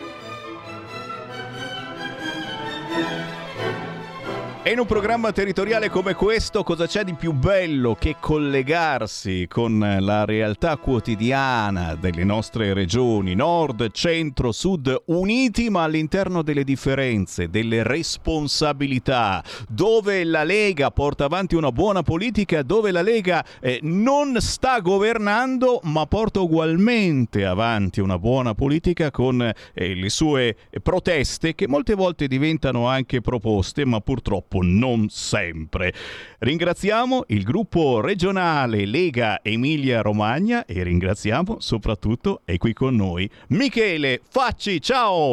S2: E in un programma territoriale come questo cosa c'è di più bello che collegarsi con la realtà quotidiana delle nostre regioni, nord, centro, sud, uniti ma all'interno delle differenze, delle responsabilità, dove la Lega porta avanti una buona politica, dove la Lega non sta governando ma porta ugualmente avanti una buona politica con le sue proteste che molte volte diventano anche proposte, ma purtroppo non sempre. Ringraziamo il gruppo regionale Lega Emilia Romagna e ringraziamo soprattutto, è qui con noi, Michele Facci. Ciao!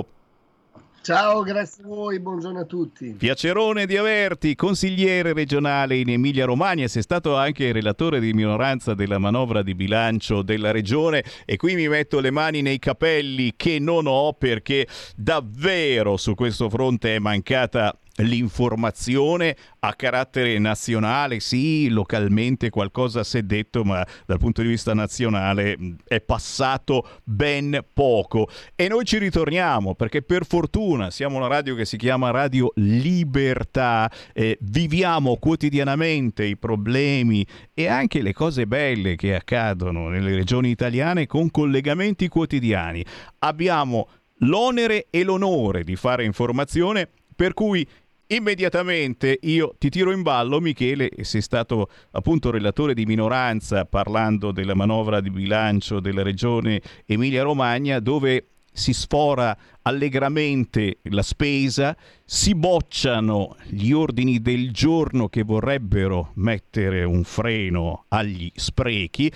S1: Ciao, grazie a voi, buongiorno a tutti.
S2: Piacerone di averti, consigliere regionale in Emilia Romagna, sei stato anche relatore di minoranza della manovra di bilancio della regione e qui mi metto le mani nei capelli che non ho perché davvero su questo fronte è mancata l'informazione a carattere nazionale. Sì, localmente qualcosa si è detto, ma dal punto di vista nazionale è passato ben poco e noi ci ritorniamo perché per fortuna siamo una radio che si chiama Radio Libertà, viviamo quotidianamente i problemi e anche le cose belle che accadono nelle regioni italiane con collegamenti quotidiani. Abbiamo l'onere e l'onore di fare informazione, per cui immediatamente io ti tiro in ballo, Michele, sei stato appunto relatore di minoranza parlando della manovra di bilancio della regione Emilia-Romagna, dove si sfora allegramente la spesa, si bocciano gli ordini del giorno che vorrebbero mettere un freno agli sprechi.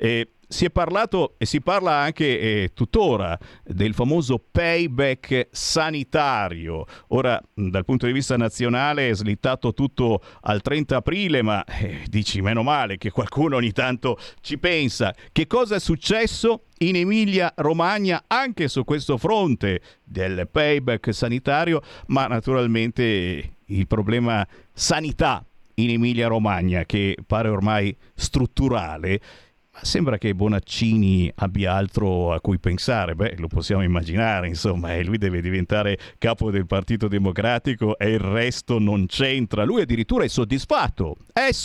S2: Si è parlato e si parla anche tuttora del famoso payback sanitario. Ora, dal punto di vista nazionale è slittato tutto al 30 aprile, ma dici meno male che qualcuno ogni tanto ci pensa. Che cosa è successo in Emilia Romagna anche su questo fronte del payback sanitario, ma naturalmente il problema sanità in Emilia Romagna che pare ormai strutturale. Sembra che Bonaccini abbia altro a cui pensare, lo possiamo immaginare, insomma, lui deve diventare capo del Partito Democratico e il resto non c'entra. Lui addirittura è soddisfatto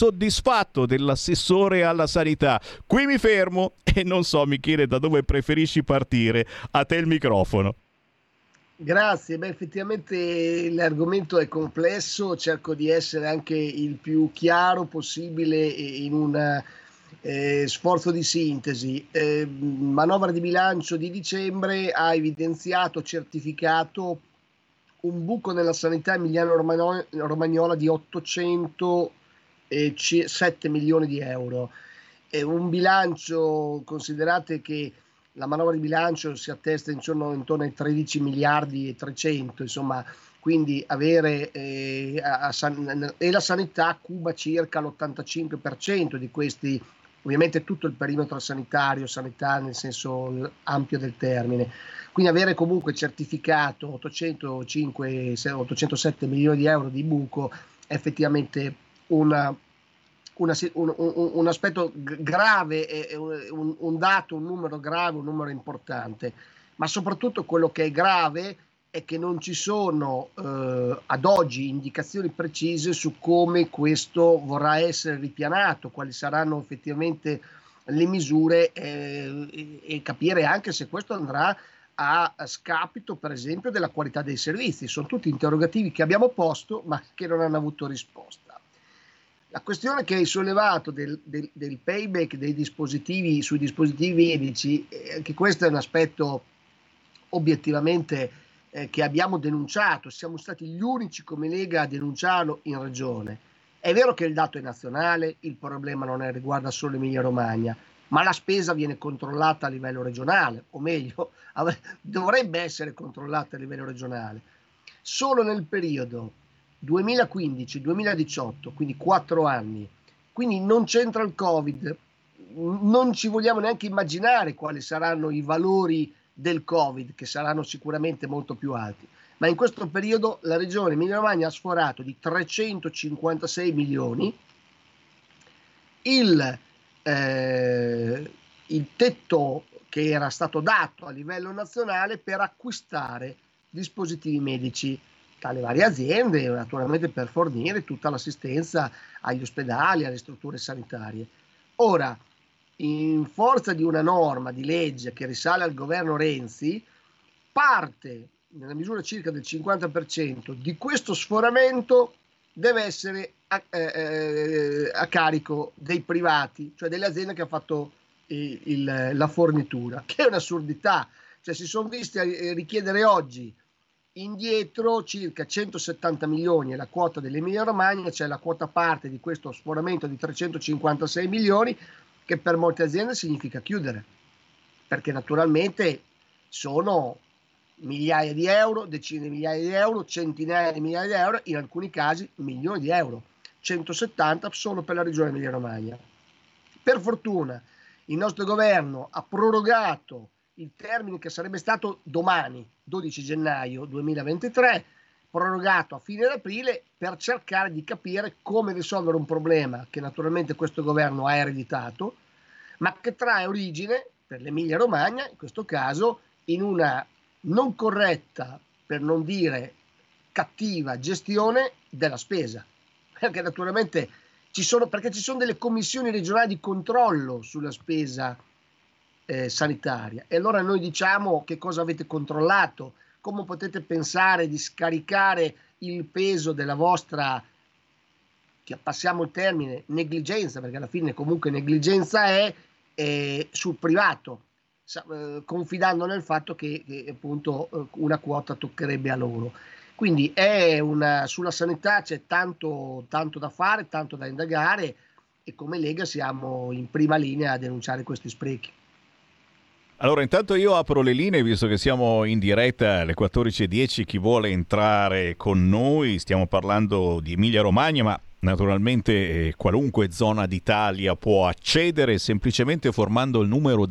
S2: dell'assessore alla sanità. Qui mi fermo e non so, Michele, da dove preferisci partire. A te il microfono.
S1: Grazie, effettivamente l'argomento è complesso, cerco di essere anche il più chiaro possibile in una sforzo di sintesi. Manovra di bilancio di dicembre ha evidenziato, certificato un buco nella sanità emiliano-romagnola di 807 milioni di euro. Un bilancio, considerate che la manovra di bilancio si attesta intorno ai 13 miliardi e 300, insomma, quindi avere e la sanità cuba circa l'85% di questi. Ovviamente tutto il perimetro sanitario, sanità nel senso ampio del termine. Quindi avere comunque certificato 807 milioni di euro di buco è effettivamente un aspetto grave, un dato, un numero grave, un numero importante. Ma soprattutto quello che è grave è che non ci sono ad oggi indicazioni precise su come questo vorrà essere ripianato, quali saranno effettivamente le misure e capire anche se questo andrà a scapito, per esempio, della qualità dei servizi. Sono tutti interrogativi che abbiamo posto ma che non hanno avuto risposta. La questione che hai sollevato del payback dei dispositivi sui dispositivi medici, che questo è un aspetto obiettivamente che abbiamo denunciato, siamo stati gli unici come Lega a denunciarlo in Regione. È vero che il dato è nazionale, il problema non riguarda solo Emilia Romagna, ma la spesa viene controllata a livello regionale, o meglio, dovrebbe essere controllata a livello regionale. Solo nel periodo 2015-2018, quindi 4 anni, quindi non c'entra il Covid, non ci vogliamo neanche immaginare quali saranno i valori del Covid, che saranno sicuramente molto più alti, ma in questo periodo la regione Emilia Romagna ha sforato di 356 milioni il tetto che era stato dato a livello nazionale per acquistare dispositivi medici dalle varie aziende, naturalmente per fornire tutta l'assistenza agli ospedali, alle strutture sanitarie. Ora, in forza di una norma di legge che risale al governo Renzi, parte nella misura circa del 50% di questo sforamento deve essere a carico dei privati, cioè delle aziende che hanno fatto la fornitura, che è un'assurdità. Cioè si sono visti a richiedere oggi indietro circa 170 milioni è la quota dell'Emilia Romagna, cioè la quota parte di questo sforamento di 356 milioni, che per molte aziende significa chiudere, perché naturalmente sono migliaia di euro, decine di migliaia di euro, centinaia di migliaia di euro, in alcuni casi milioni di euro, 170 solo per la regione Emilia Romagna. Per fortuna il nostro governo ha prorogato il termine che sarebbe stato domani, 12 gennaio 2023, prorogato a fine aprile, per cercare di capire come risolvere un problema che naturalmente questo governo ha ereditato, ma che trae origine per l'Emilia Romagna, in questo caso, in una non corretta, per non dire cattiva, gestione della spesa. Perché naturalmente ci sono delle commissioni regionali di controllo sulla spesa sanitaria, e allora noi diciamo: che cosa avete controllato? Come potete pensare di scaricare il peso della vostra, che passiamo il termine, negligenza, perché alla fine comunque negligenza è sul privato, confidando nel fatto che appunto una quota toccherebbe a loro. Quindi sulla sanità c'è tanto da fare, tanto da indagare, e come Lega siamo in prima linea a denunciare questi sprechi.
S2: Allora, intanto io apro le linee, visto che siamo in diretta alle 14:10, chi vuole entrare con noi. Stiamo parlando di Emilia Romagna, ma naturalmente qualunque zona d'Italia può accedere semplicemente formando il numero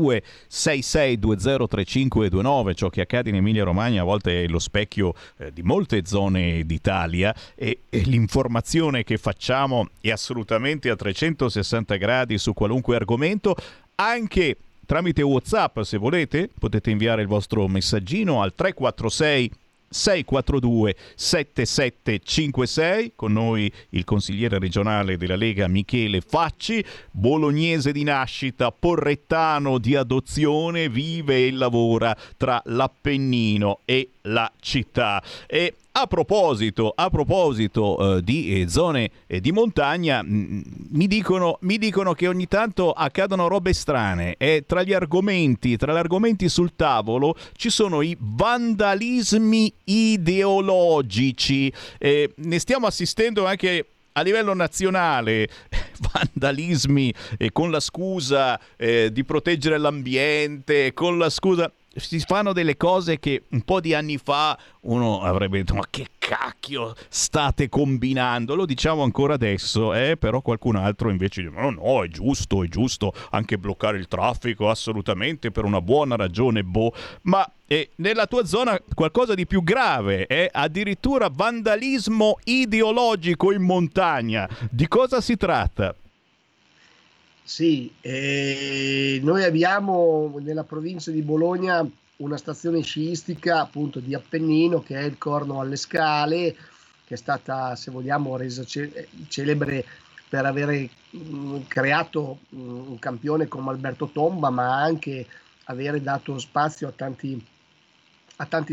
S2: 0266203529. Ciò che accade in Emilia Romagna a volte è lo specchio di molte zone d'Italia, e l'informazione che facciamo è assolutamente a 360 gradi su qualunque argomento, anche tramite WhatsApp. Se volete potete inviare il vostro messaggino al 346 642 7756. Con noi il consigliere regionale della Lega Michele Facci, bolognese di nascita, porrettano di adozione, vive e lavora tra l'Appennino e la città. E a proposito di zone di montagna, mi dicono che ogni tanto accadono robe strane, e tra gli argomenti sul tavolo ci sono i vandalismi ideologici. Ne stiamo assistendo anche a livello nazionale, vandalismi con la scusa di proteggere l'ambiente, con la scusa. Si fanno delle cose che un po' di anni fa uno avrebbe detto: ma che cacchio state combinando? Lo diciamo ancora adesso, però qualcun altro invece dice: no, è giusto anche bloccare il traffico, assolutamente, per una buona ragione, ma nella tua zona qualcosa di più grave, addirittura vandalismo ideologico in montagna. Di cosa si tratta?
S1: Sì, noi abbiamo nella provincia di Bologna una stazione sciistica appunto di Appennino, che è il Corno alle Scale, che è stata, se vogliamo, resa celebre per avere creato un campione come Alberto Tomba, ma anche avere dato spazio a tanti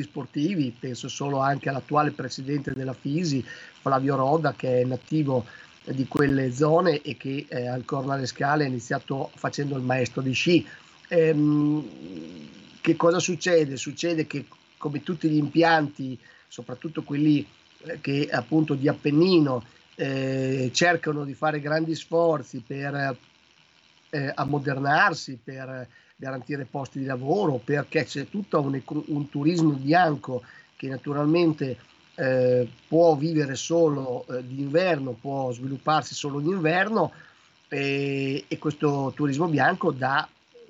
S1: sportivi. Penso solo anche all'attuale presidente della FISI, Flavio Roda, che è nativo di quelle zone e che al Corno alle Scale ha iniziato facendo il maestro di sci. Che cosa succede? Succede che, come tutti gli impianti, soprattutto quelli che appunto di Appennino, cercano di fare grandi sforzi per ammodernarsi, per garantire posti di lavoro, perché c'è tutto un turismo bianco che naturalmente può vivere solo d'inverno, può svilupparsi solo d'inverno, e questo turismo bianco dà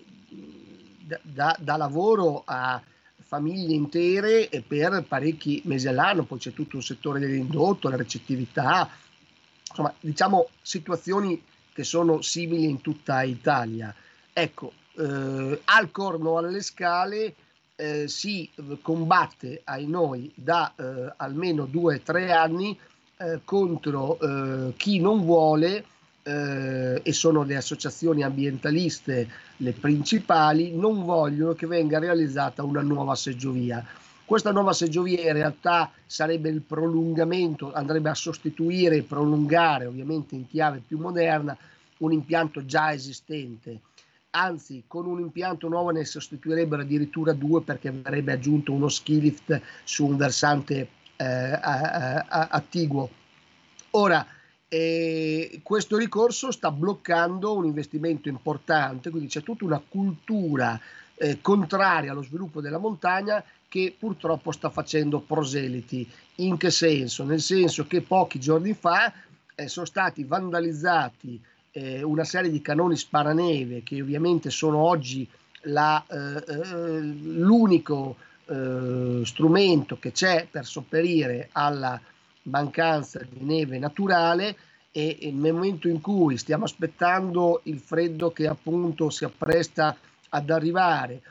S1: lavoro a famiglie intere e per parecchi mesi all'anno. Poi c'è tutto un settore dell'indotto, la recettività, insomma, diciamo situazioni che sono simili in tutta Italia. Ecco, al Corno alle Scale si combatte, ai noi, da almeno 2 o 3 anni contro chi non vuole, e sono le associazioni ambientaliste le principali, non vogliono che venga realizzata una nuova seggiovia. Questa nuova seggiovia in realtà sarebbe il prolungamento, andrebbe a sostituire e prolungare, ovviamente in chiave più moderna, un impianto già esistente. Anzi, con un impianto nuovo ne sostituirebbero addirittura 2, perché verrebbe aggiunto uno ski lift su un versante attiguo. Ora, questo ricorso sta bloccando un investimento importante, quindi c'è tutta una cultura contraria allo sviluppo della montagna che purtroppo sta facendo proseliti. In che senso? Nel senso che pochi giorni fa sono stati vandalizzati una serie di cannoni sparaneve, che ovviamente sono oggi l'unico strumento che c'è per sopperire alla mancanza di neve naturale, e nel momento in cui stiamo aspettando il freddo che appunto si appresta ad arrivare,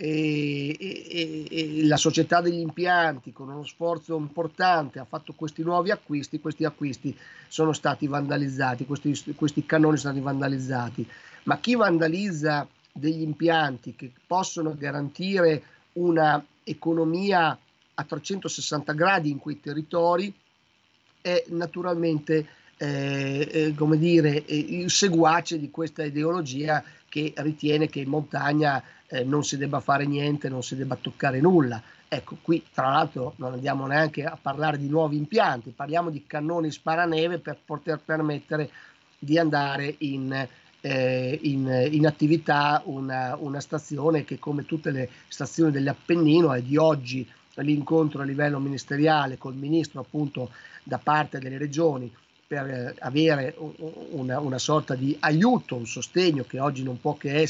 S1: e la società degli impianti con uno sforzo importante ha fatto questi nuovi acquisti, questi acquisti sono stati vandalizzati, questi cannoni sono stati vandalizzati. Ma chi vandalizza degli impianti che possono garantire una economia a 360 gradi in quei territori è naturalmente come dire, il seguace di questa ideologia che ritiene che in montagna non si debba fare niente, non si debba toccare nulla. Ecco, qui tra l'altro non andiamo neanche a parlare di nuovi impianti, parliamo di cannoni sparaneve per poter permettere di andare in attività una stazione che, come tutte le stazioni dell'Appennino, è di oggi l'incontro a livello ministeriale col ministro, appunto, da parte delle regioni, per avere una sorta di aiuto, un sostegno che oggi non può che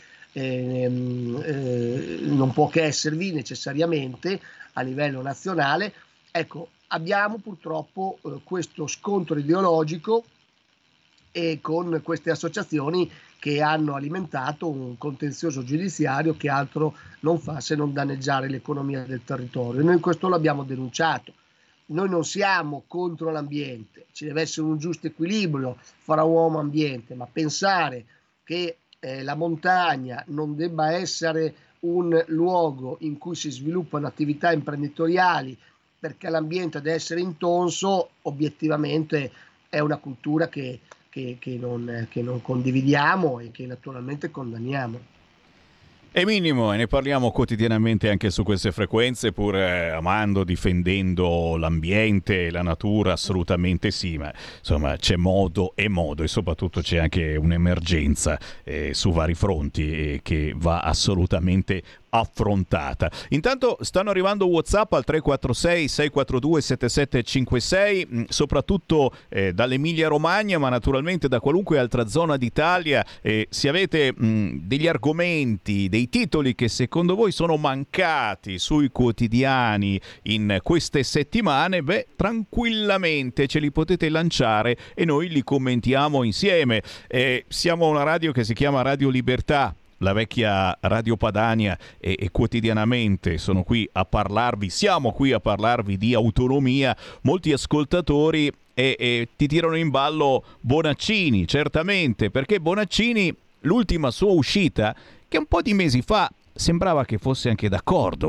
S1: esservi necessariamente a livello nazionale. Ecco, abbiamo purtroppo questo scontro ideologico e con queste associazioni che hanno alimentato un contenzioso giudiziario che altro non fa se non danneggiare l'economia del territorio. Noi questo l'abbiamo denunciato. Noi non siamo contro l'ambiente, ci deve essere un giusto equilibrio fra uomo e ambiente, ma pensare che la montagna non debba essere un luogo in cui si sviluppano attività imprenditoriali perché l'ambiente deve essere intonso, obiettivamente è una cultura che non condividiamo e che naturalmente condanniamo.
S2: È minimo, e ne parliamo quotidianamente anche su queste frequenze, pur amando, difendendo l'ambiente e la natura, assolutamente sì, ma insomma c'è modo e modo, e soprattutto c'è anche un'emergenza su vari fronti che va assolutamente affrontata. Intanto stanno arrivando WhatsApp al 346 642 7756, soprattutto dall'Emilia Romagna, ma naturalmente da qualunque altra zona d'Italia. Se avete degli argomenti, dei titoli che secondo voi sono mancati sui quotidiani in queste settimane, tranquillamente ce li potete lanciare e noi li commentiamo insieme. Siamo una radio che si chiama Radio Libertà, la vecchia Radio Padania, e quotidianamente siamo qui a parlarvi di autonomia. Molti ascoltatori ti tirano in ballo Bonaccini, certamente, perché Bonaccini, l'ultima sua uscita, che un po' di mesi fa sembrava che fosse anche d'accordo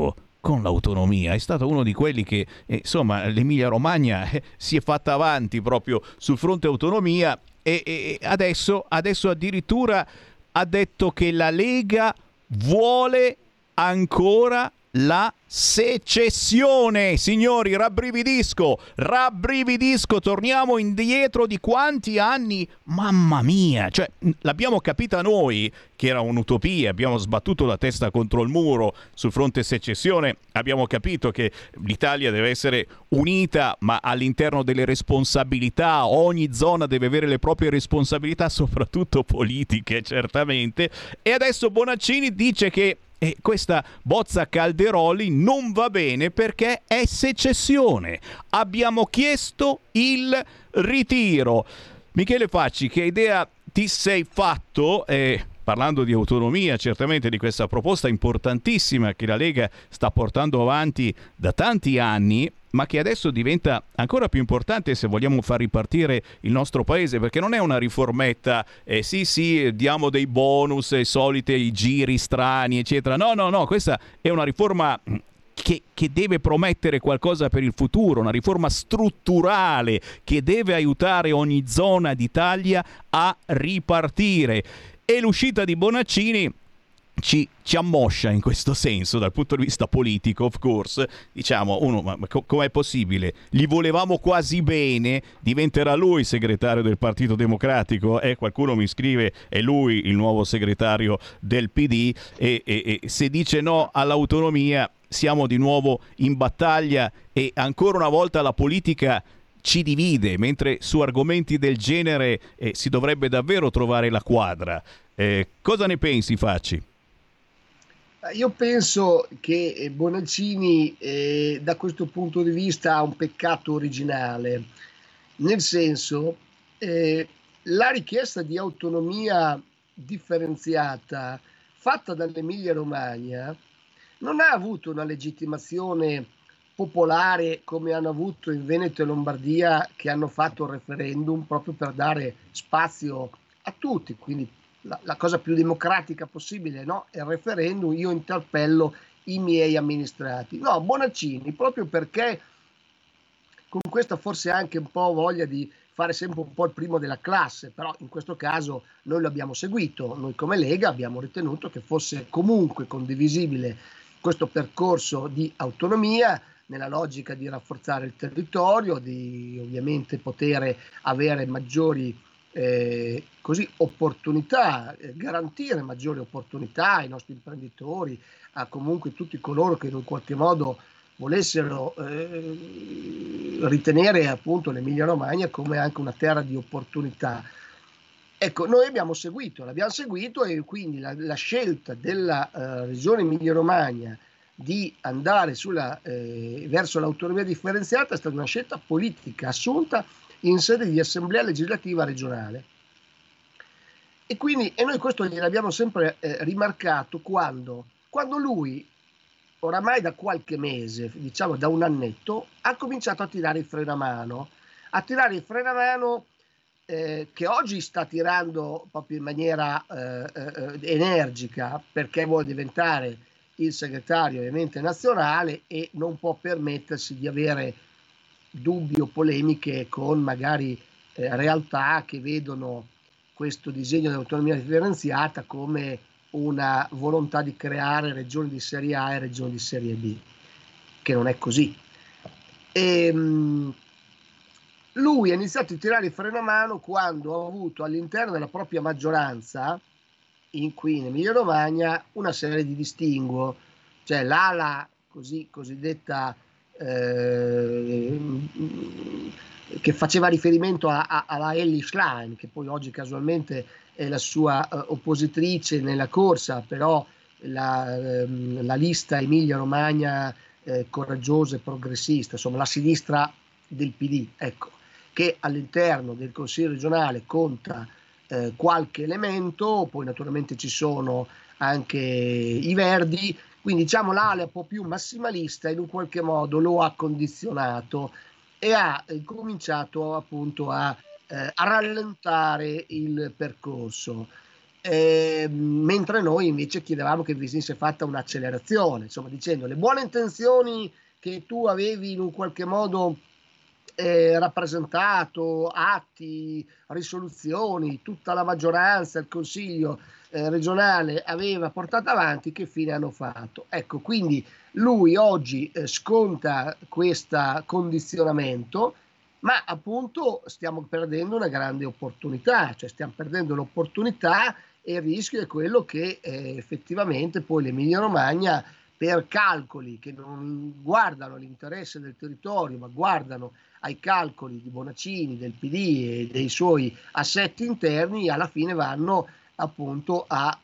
S2: con l'autonomia, è stato uno di quelli che, insomma, l'Emilia Romagna si è fatta avanti proprio sul fronte autonomia e adesso addirittura ha detto che la Lega vuole ancora la secessione. Signori, rabbrividisco, torniamo indietro di quanti anni? Mamma mia, cioè l'abbiamo capita noi che era un'utopia, abbiamo sbattuto la testa contro il muro sul fronte secessione, abbiamo capito che l'Italia deve essere unita ma all'interno delle responsabilità, ogni zona deve avere le proprie responsabilità, soprattutto politiche certamente, e adesso Bonaccini dice che questa bozza Calderoli non va bene perché è secessione. Abbiamo chiesto il ritiro. Michele Facci, che idea ti sei fatto? Parlando di autonomia, certamente di questa proposta importantissima che la Lega sta portando avanti da tanti anni, ma che adesso diventa ancora più importante se vogliamo far ripartire il nostro paese, perché non è una riformetta, sì, diamo dei bonus, i giri strani, eccetera. No, questa è una riforma che deve promettere qualcosa per il futuro, una riforma strutturale che deve aiutare ogni zona d'Italia a ripartire. E l'uscita di Bonaccini ci ammoscia in questo senso dal punto di vista politico, of course. Diciamo, ma com'è possibile? Gli volevamo quasi bene, diventerà lui segretario del Partito Democratico? Qualcuno mi scrive, è lui il nuovo segretario del PD, e se dice no all'autonomia siamo di nuovo in battaglia e ancora una volta la politica ci divide, mentre su argomenti del genere si dovrebbe davvero trovare la quadra. Cosa ne pensi, Facci?
S1: Io penso che Bonaccini da questo punto di vista ha un peccato originale, nel senso la richiesta di autonomia differenziata fatta dall'Emilia Romagna non ha avuto una legittimazione popolare come hanno avuto in Veneto e Lombardia, che hanno fatto il referendum proprio per dare spazio a tutti, quindi la cosa più democratica possibile, no? È il referendum, io interpello i miei amministrati. No, Bonaccini, proprio perché con questa forse anche un po' voglia di fare sempre un po' il primo della classe, però in questo caso noi lo abbiamo seguito, noi come Lega abbiamo ritenuto che fosse comunque condivisibile questo percorso di autonomia, nella logica di rafforzare il territorio, di ovviamente poter avere maggiori opportunità, garantire maggiori opportunità ai nostri imprenditori, a comunque tutti coloro che in un qualche modo volessero ritenere appunto l'Emilia Romagna come anche una terra di opportunità. Ecco, noi l'abbiamo seguito e quindi la scelta della regione Emilia Romagna di andare verso l'autonomia differenziata è stata una scelta politica assunta in sede di assemblea legislativa regionale. E noi questo gliel'abbiamo sempre rimarcato quando lui, oramai da qualche mese, diciamo da un annetto, ha cominciato a tirare il freno a mano, che oggi sta tirando proprio in maniera energica, perché vuole diventare il segretario ovviamente nazionale e non può permettersi di avere dubbi o polemiche con magari realtà che vedono questo disegno di autonomia differenziata come una volontà di creare regioni di serie A e regioni di serie B, che non è così. Lui ha iniziato a tirare il freno a mano quando ha avuto all'interno della propria maggioranza, qui in Emilia Romagna, una serie di distinguo, cioè l'ala cosiddetta che faceva riferimento alla Elly Schlein, che poi oggi casualmente è la sua oppositrice nella corsa, però la lista Emilia Romagna coraggiosa e progressista, insomma la sinistra del PD, ecco, che all'interno del Consiglio regionale conta qualche elemento, poi naturalmente ci sono anche i Verdi, quindi diciamo l'ala un po' più massimalista in un qualche modo lo ha condizionato e ha cominciato appunto a rallentare il percorso. mentre noi invece chiedevamo che venisse fatta un'accelerazione, insomma, dicendo le buone intenzioni che tu avevi in un qualche modo rappresentato, atti, risoluzioni, tutta la maggioranza, il Consiglio regionale aveva portato avanti, che fine hanno fatto? Ecco, quindi lui oggi sconta questo condizionamento, ma appunto stiamo perdendo una grande opportunità, cioè stiamo perdendo l'opportunità, e il rischio è quello che effettivamente poi l'Emilia Romagna, per calcoli che non guardano l'interesse del territorio, ma guardano ai calcoli di Bonaccini, del PD e dei suoi assetti interni, alla fine vanno appunto a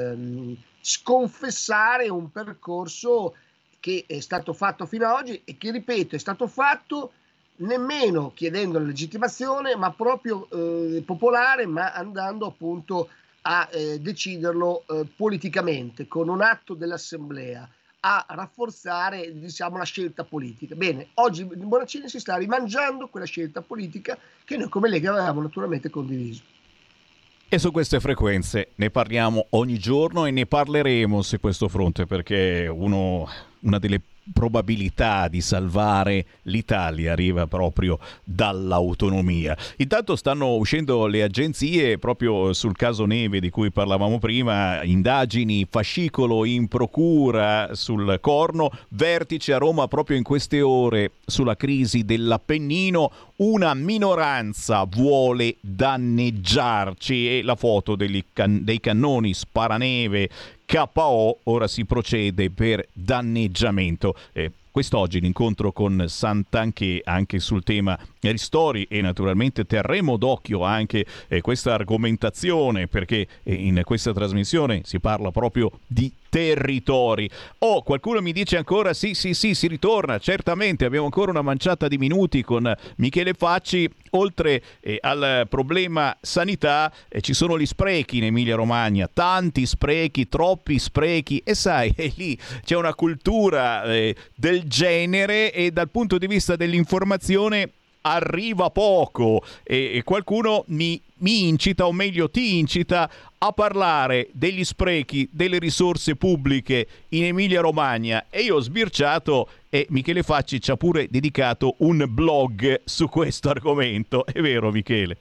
S1: sconfessare un percorso che è stato fatto fino ad oggi e che, ripeto, è stato fatto nemmeno chiedendo la legittimazione, ma proprio popolare, ma andando appunto a deciderlo politicamente, con un atto dell'Assemblea, a rafforzare, diciamo, la scelta politica. Bene, oggi Bonaccini si sta rimangiando quella scelta politica che noi come Lega avevamo naturalmente condiviso.
S2: E su queste frequenze ne parliamo ogni giorno e ne parleremo su questo fronte, perché una delle probabilità di salvare l'Italia arriva proprio dall'autonomia. Intanto stanno uscendo le agenzie proprio sul caso Neve di cui parlavamo prima, indagini, fascicolo in procura sul Corno, vertice a Roma proprio in queste ore sulla crisi dell'Appennino. Una minoranza vuole danneggiarci, e la foto dei cannoni sparaneve KO, ora si procede per danneggiamento. Quest'oggi l'incontro con Santanchè anche sul tema ristori, e naturalmente terremo d'occhio anche questa argomentazione, perché in questa trasmissione si parla proprio di territori. Qualcuno mi dice ancora sì, si ritorna, certamente abbiamo ancora una manciata di minuti con Michele Facci. Oltre al problema sanità ci sono gli sprechi in Emilia Romagna, tanti sprechi, troppi sprechi, e sai, lì c'è una cultura del genere, e dal punto di vista dell'informazione arriva poco, e qualcuno mi incita, o meglio ti incita, a parlare degli sprechi delle risorse pubbliche in Emilia Romagna, e io ho sbirciato e Michele Facci ci ha pure dedicato un blog su questo argomento. È vero, Michele?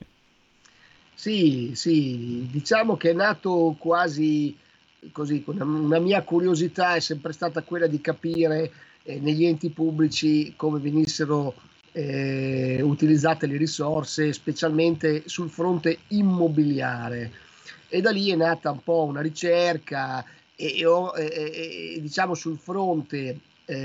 S1: Sì, diciamo che è nato quasi così, con una mia curiosità è sempre stata quella di capire negli enti pubblici come venissero utilizzate le risorse, specialmente sul fronte immobiliare, e da lì è nata un po' una ricerca diciamo sul fronte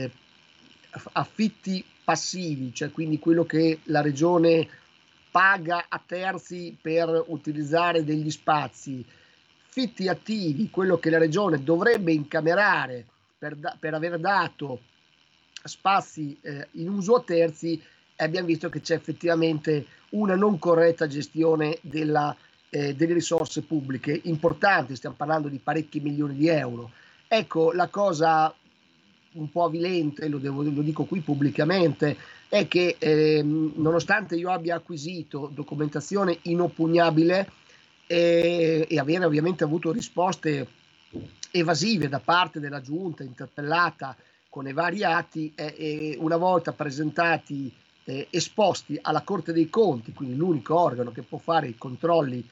S1: affitti passivi, cioè quindi quello che la regione paga a terzi per utilizzare degli spazi, affitti attivi, quello che la regione dovrebbe incamerare per aver dato spazi in uso a terzi, e abbiamo visto che c'è effettivamente una non corretta gestione delle risorse pubbliche importanti, stiamo parlando di parecchi milioni di euro. Ecco, la cosa un po' avvilente, lo dico qui pubblicamente, è che nonostante io abbia acquisito documentazione inoppugnabile e avere ovviamente avuto risposte evasive da parte della giunta interpellata con i vari atti, una volta presentati, esposti alla Corte dei Conti, quindi l'unico organo che può fare i controlli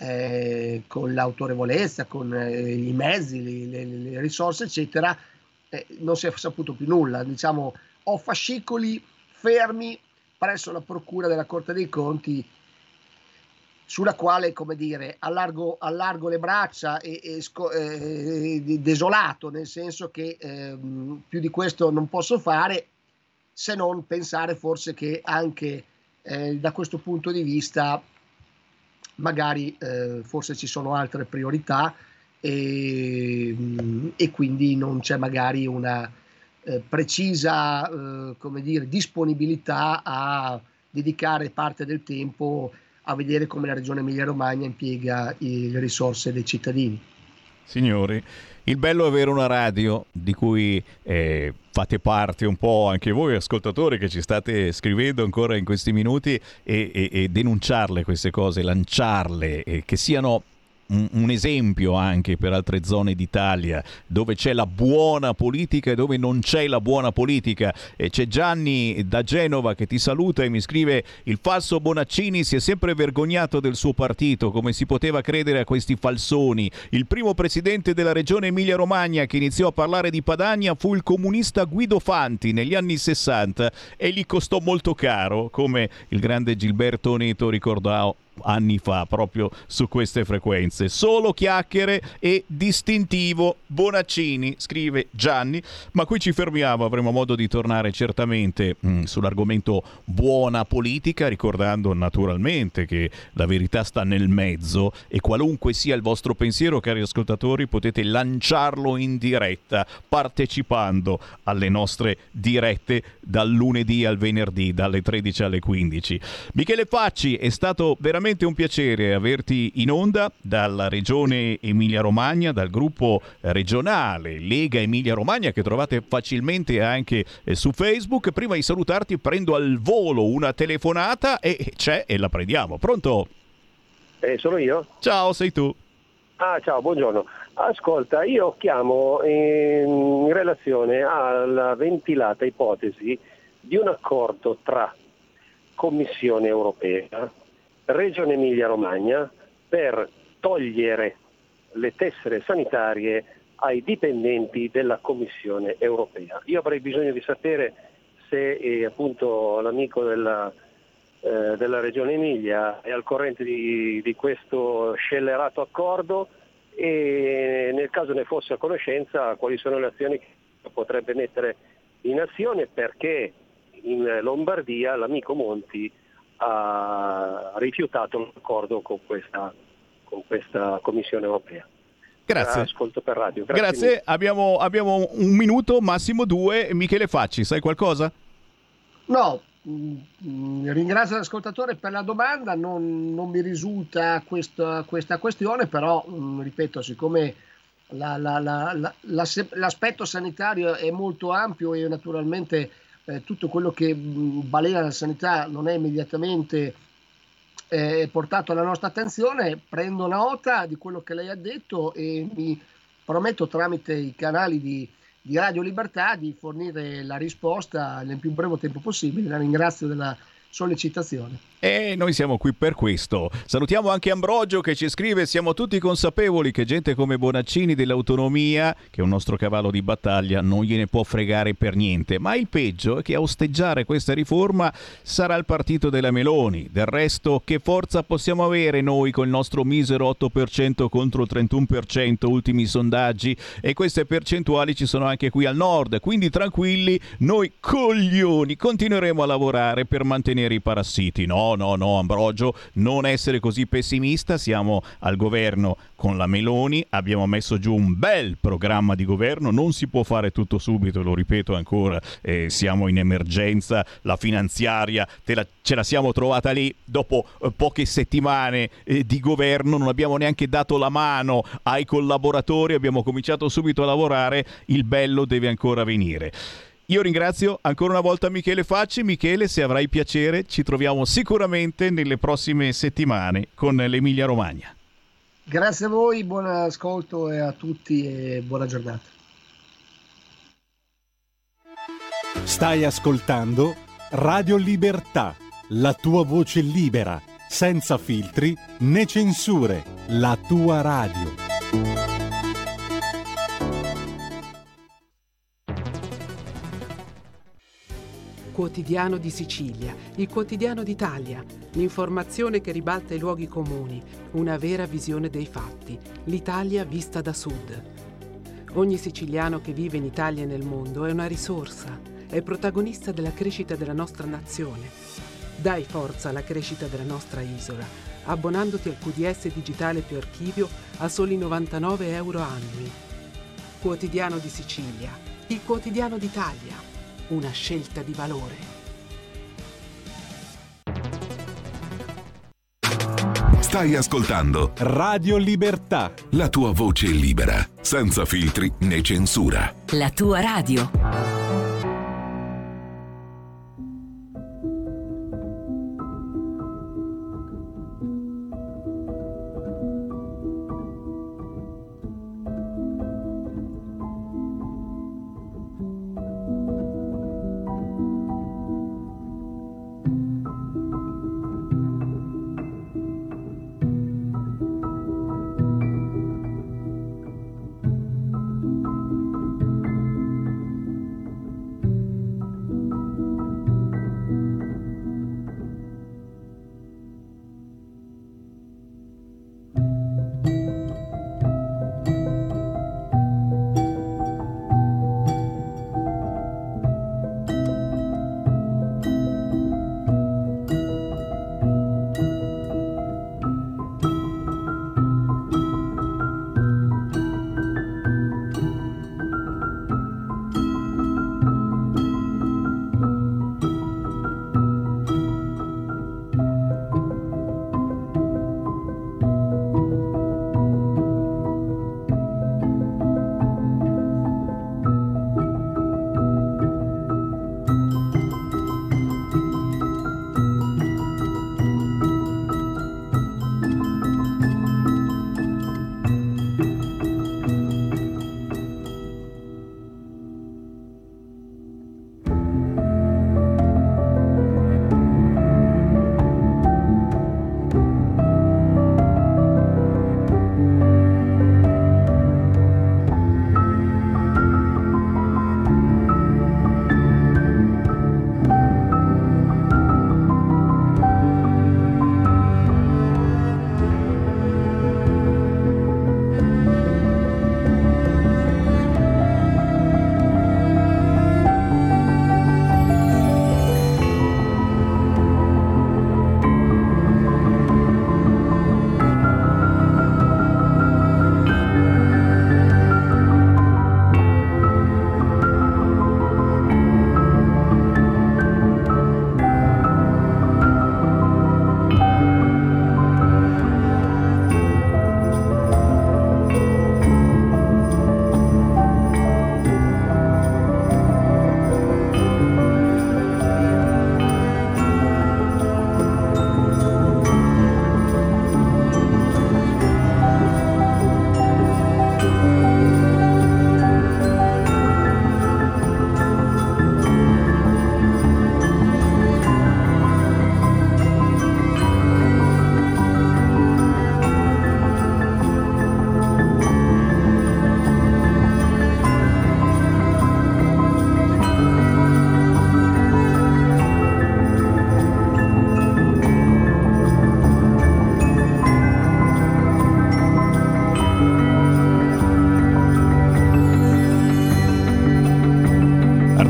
S1: con l'autorevolezza, con i mezzi, le risorse eccetera, non si è saputo più nulla. Diciamo, ho fascicoli fermi presso la Procura della Corte dei Conti, sulla quale, come dire, allargo le braccia desolato, nel senso che più di questo non posso fare, se non pensare forse che anche da questo punto di vista magari forse ci sono altre priorità e quindi non c'è magari una precisa come dire, disponibilità a dedicare parte del tempo a vedere come la Regione Emilia-Romagna impiega le risorse dei cittadini.
S2: Signori, il bello è avere una radio di cui fate parte un po' anche voi ascoltatori che ci state scrivendo ancora in questi minuti, e denunciarle queste cose, lanciarle, che siano un esempio anche per altre zone d'Italia dove c'è la buona politica e dove non c'è la buona politica. E c'è Gianni da Genova che ti saluta e mi scrive: il falso Bonaccini si è sempre vergognato del suo partito, come si poteva credere a questi falsoni. Il primo presidente della regione Emilia-Romagna che iniziò a parlare di Padania fu il comunista Guido Fanti negli anni 60 e gli costò molto caro, come il grande Gilberto Neto ricordò anni fa proprio su queste frequenze. Solo chiacchiere e distintivo Bonaccini, scrive Gianni. Ma qui ci fermiamo, avremo modo di tornare certamente sull'argomento buona politica, ricordando naturalmente che la verità sta nel mezzo e qualunque sia il vostro pensiero, cari ascoltatori, potete lanciarlo in diretta partecipando alle nostre dirette dal lunedì al venerdì dalle 13 alle 15. Michele Facci, è stato veramente un piacere averti in onda dalla regione Emilia-Romagna, dal gruppo regionale Lega Emilia-Romagna che trovate facilmente anche su Facebook. Prima di salutarti prendo al volo una telefonata e c'è e la prendiamo. Pronto?
S3: Sono io?
S2: Ciao, sei tu.
S3: Ciao, buongiorno. Ascolta, io chiamo in relazione alla ventilata ipotesi di un accordo tra Commissione europea, Regione Emilia-Romagna, per togliere le tessere sanitarie ai dipendenti della Commissione europea. Io avrei bisogno di sapere se appunto l'amico della Regione Emilia è al corrente di questo scellerato accordo e nel caso ne fosse a conoscenza quali sono le azioni che potrebbe mettere in azione, perché in Lombardia l'amico Monti ha rifiutato l'accordo con questa Commissione europea.
S2: Grazie.
S3: Ascolto per radio.
S2: Grazie. Abbiamo un minuto, massimo 2. Michele Facci, sai qualcosa?
S1: No, ringrazio l'ascoltatore per la domanda, non mi risulta questa questione, però ripeto, siccome l'aspetto sanitario è molto ampio e naturalmente tutto quello che balena la sanità non è immediatamente portato alla nostra attenzione, prendo nota di quello che lei ha detto e mi prometto tramite i canali di Radio Libertà di fornire la risposta nel più breve tempo possibile. La ringrazio della sollecitazione.
S2: E noi siamo qui per questo. Salutiamo anche Ambrogio che ci scrive: siamo tutti consapevoli che gente come Bonaccini dell'autonomia, che è un nostro cavallo di battaglia, non gliene può fregare per niente, ma il peggio è che a osteggiare questa riforma sarà il partito della Meloni. Del resto che forza possiamo avere noi con il nostro misero 8% contro il 31%, ultimi sondaggi, e queste percentuali ci sono anche qui al nord, quindi tranquilli, noi coglioni continueremo a lavorare per mantenere i parassiti. No Ambrogio, non essere così pessimista, siamo al governo con la Meloni, abbiamo messo giù un bel programma di governo, non si può fare tutto subito, lo ripeto ancora, siamo in emergenza, la finanziaria ce la siamo trovata lì dopo poche settimane di governo, non abbiamo neanche dato la mano ai collaboratori, abbiamo cominciato subito a lavorare, il bello deve ancora venire. Io ringrazio ancora una volta Michele Facci. Michele, se avrai piacere, ci troviamo sicuramente nelle prossime settimane con l'Emilia Romagna.
S1: Grazie a voi, buon ascolto a tutti e buona giornata.
S11: Stai ascoltando Radio Libertà, la tua voce libera, senza filtri né censure, la tua radio.
S4: Quotidiano di Sicilia, il quotidiano d'Italia, l'informazione che ribalta i luoghi comuni, una vera visione dei fatti, l'Italia vista da sud. Ogni siciliano che vive in Italia e nel mondo è una risorsa, è protagonista della crescita della nostra nazione. Dai forza alla crescita della nostra isola, abbonandoti al QDS digitale più archivio a soli 99 euro annui. Quotidiano di Sicilia, il quotidiano d'Italia. Una scelta di valore.
S5: Stai ascoltando
S11: Radio Libertà,
S5: la tua voce libera, senza filtri né censura.
S21: La tua radio.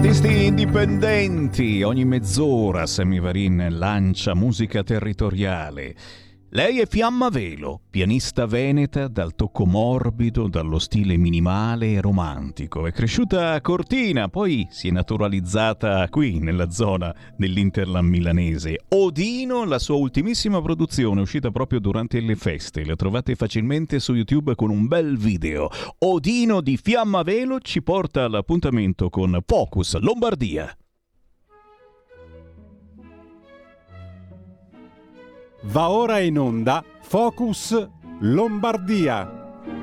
S2: Artisti indipendenti, ogni mezz'ora Sammy Varin lancia musica territoriale. Lei è Fiamma Velo, pianista veneta dal tocco morbido, dallo stile minimale e romantico. È cresciuta a Cortina, poi si è naturalizzata qui, nella zona dell'Interland milanese. Odino, la sua ultimissima produzione, uscita proprio durante le feste. La trovate facilmente su YouTube con un bel video. Odino di Fiamma Velo ci porta all'appuntamento con Focus Lombardia.
S11: Va ora in onda Focus Lombardia.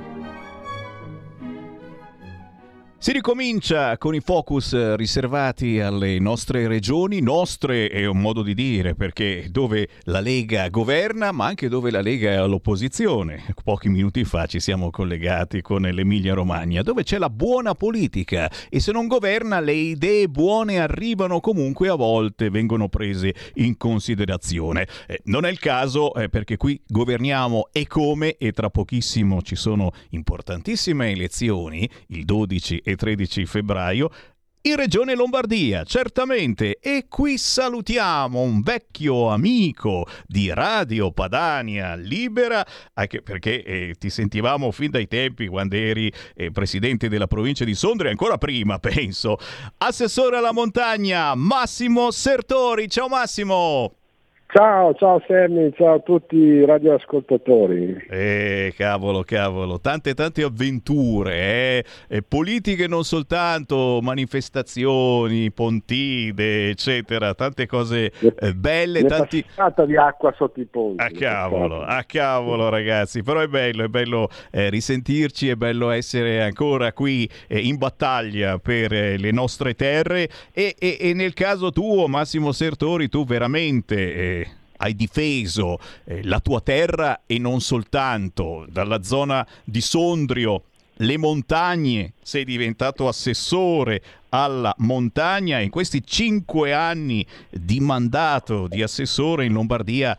S2: Si ricomincia con i focus riservati alle nostre regioni, nostre è un modo di dire, perché dove la Lega governa, ma anche dove la Lega è all'opposizione. Pochi minuti fa ci siamo collegati con l'Emilia Romagna, dove c'è la buona politica e se non governa le idee buone arrivano comunque, a volte vengono prese in considerazione. Non è il caso perché qui governiamo e come, e tra pochissimo ci sono importantissime elezioni, il 12 e 13 febbraio, in Regione Lombardia, certamente. E qui salutiamo un vecchio amico di Radio Padania Libera, anche perché ti sentivamo fin dai tempi quando eri presidente della provincia di Sondrio, ancora prima penso. Assessore alla montagna, Massimo Sertori. Ciao Massimo!
S6: Ciao Sammy, ciao a tutti i radioascoltatori.
S2: Cavolo, tante avventure, politiche non soltanto, manifestazioni, pontide, eccetera, tante cose belle. Tanti...
S6: passata di acqua sotto i ponti.
S2: A cavolo ragazzi, però è bello risentirci, è bello essere ancora qui in battaglia per le nostre terre e nel caso tuo, Massimo Sertori, tu veramente... hai difeso la tua terra e non soltanto, dalla zona di Sondrio, le montagne, sei diventato assessore alla montagna. In questi 5 anni di mandato di assessore in Lombardia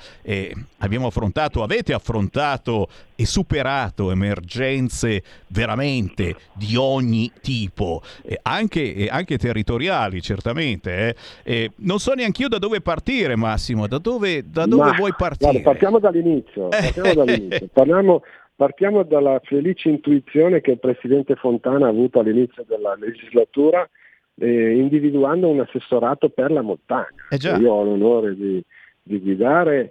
S2: avete affrontato e superato emergenze veramente di ogni tipo, anche territoriali certamente. Non so neanch'io da dove partire, Massimo, da dove vuoi partire?
S6: Guarda, partiamo dall'inizio. Partiamo dalla felice intuizione che il Presidente Fontana ha avuto all'inizio della legislatura, individuando un assessorato per la montagna. Io ho l'onore di guidare,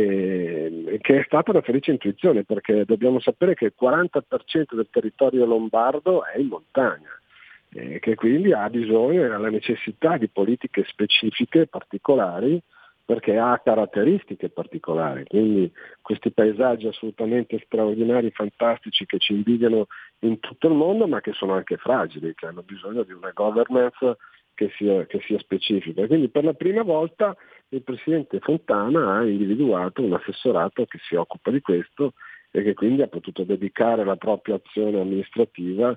S6: che è stata una felice intuizione, perché dobbiamo sapere che il 40% del territorio lombardo è in montagna, che quindi ha bisogno e ha la necessità di politiche specifiche particolari, perché ha caratteristiche particolari, quindi questi paesaggi assolutamente straordinari, fantastici, che ci invidiano in tutto il mondo, ma che sono anche fragili, che hanno bisogno di una governance che sia specifica. Quindi per la prima volta il Presidente Fontana ha individuato un assessorato che si occupa di questo e che quindi ha potuto dedicare la propria azione amministrativa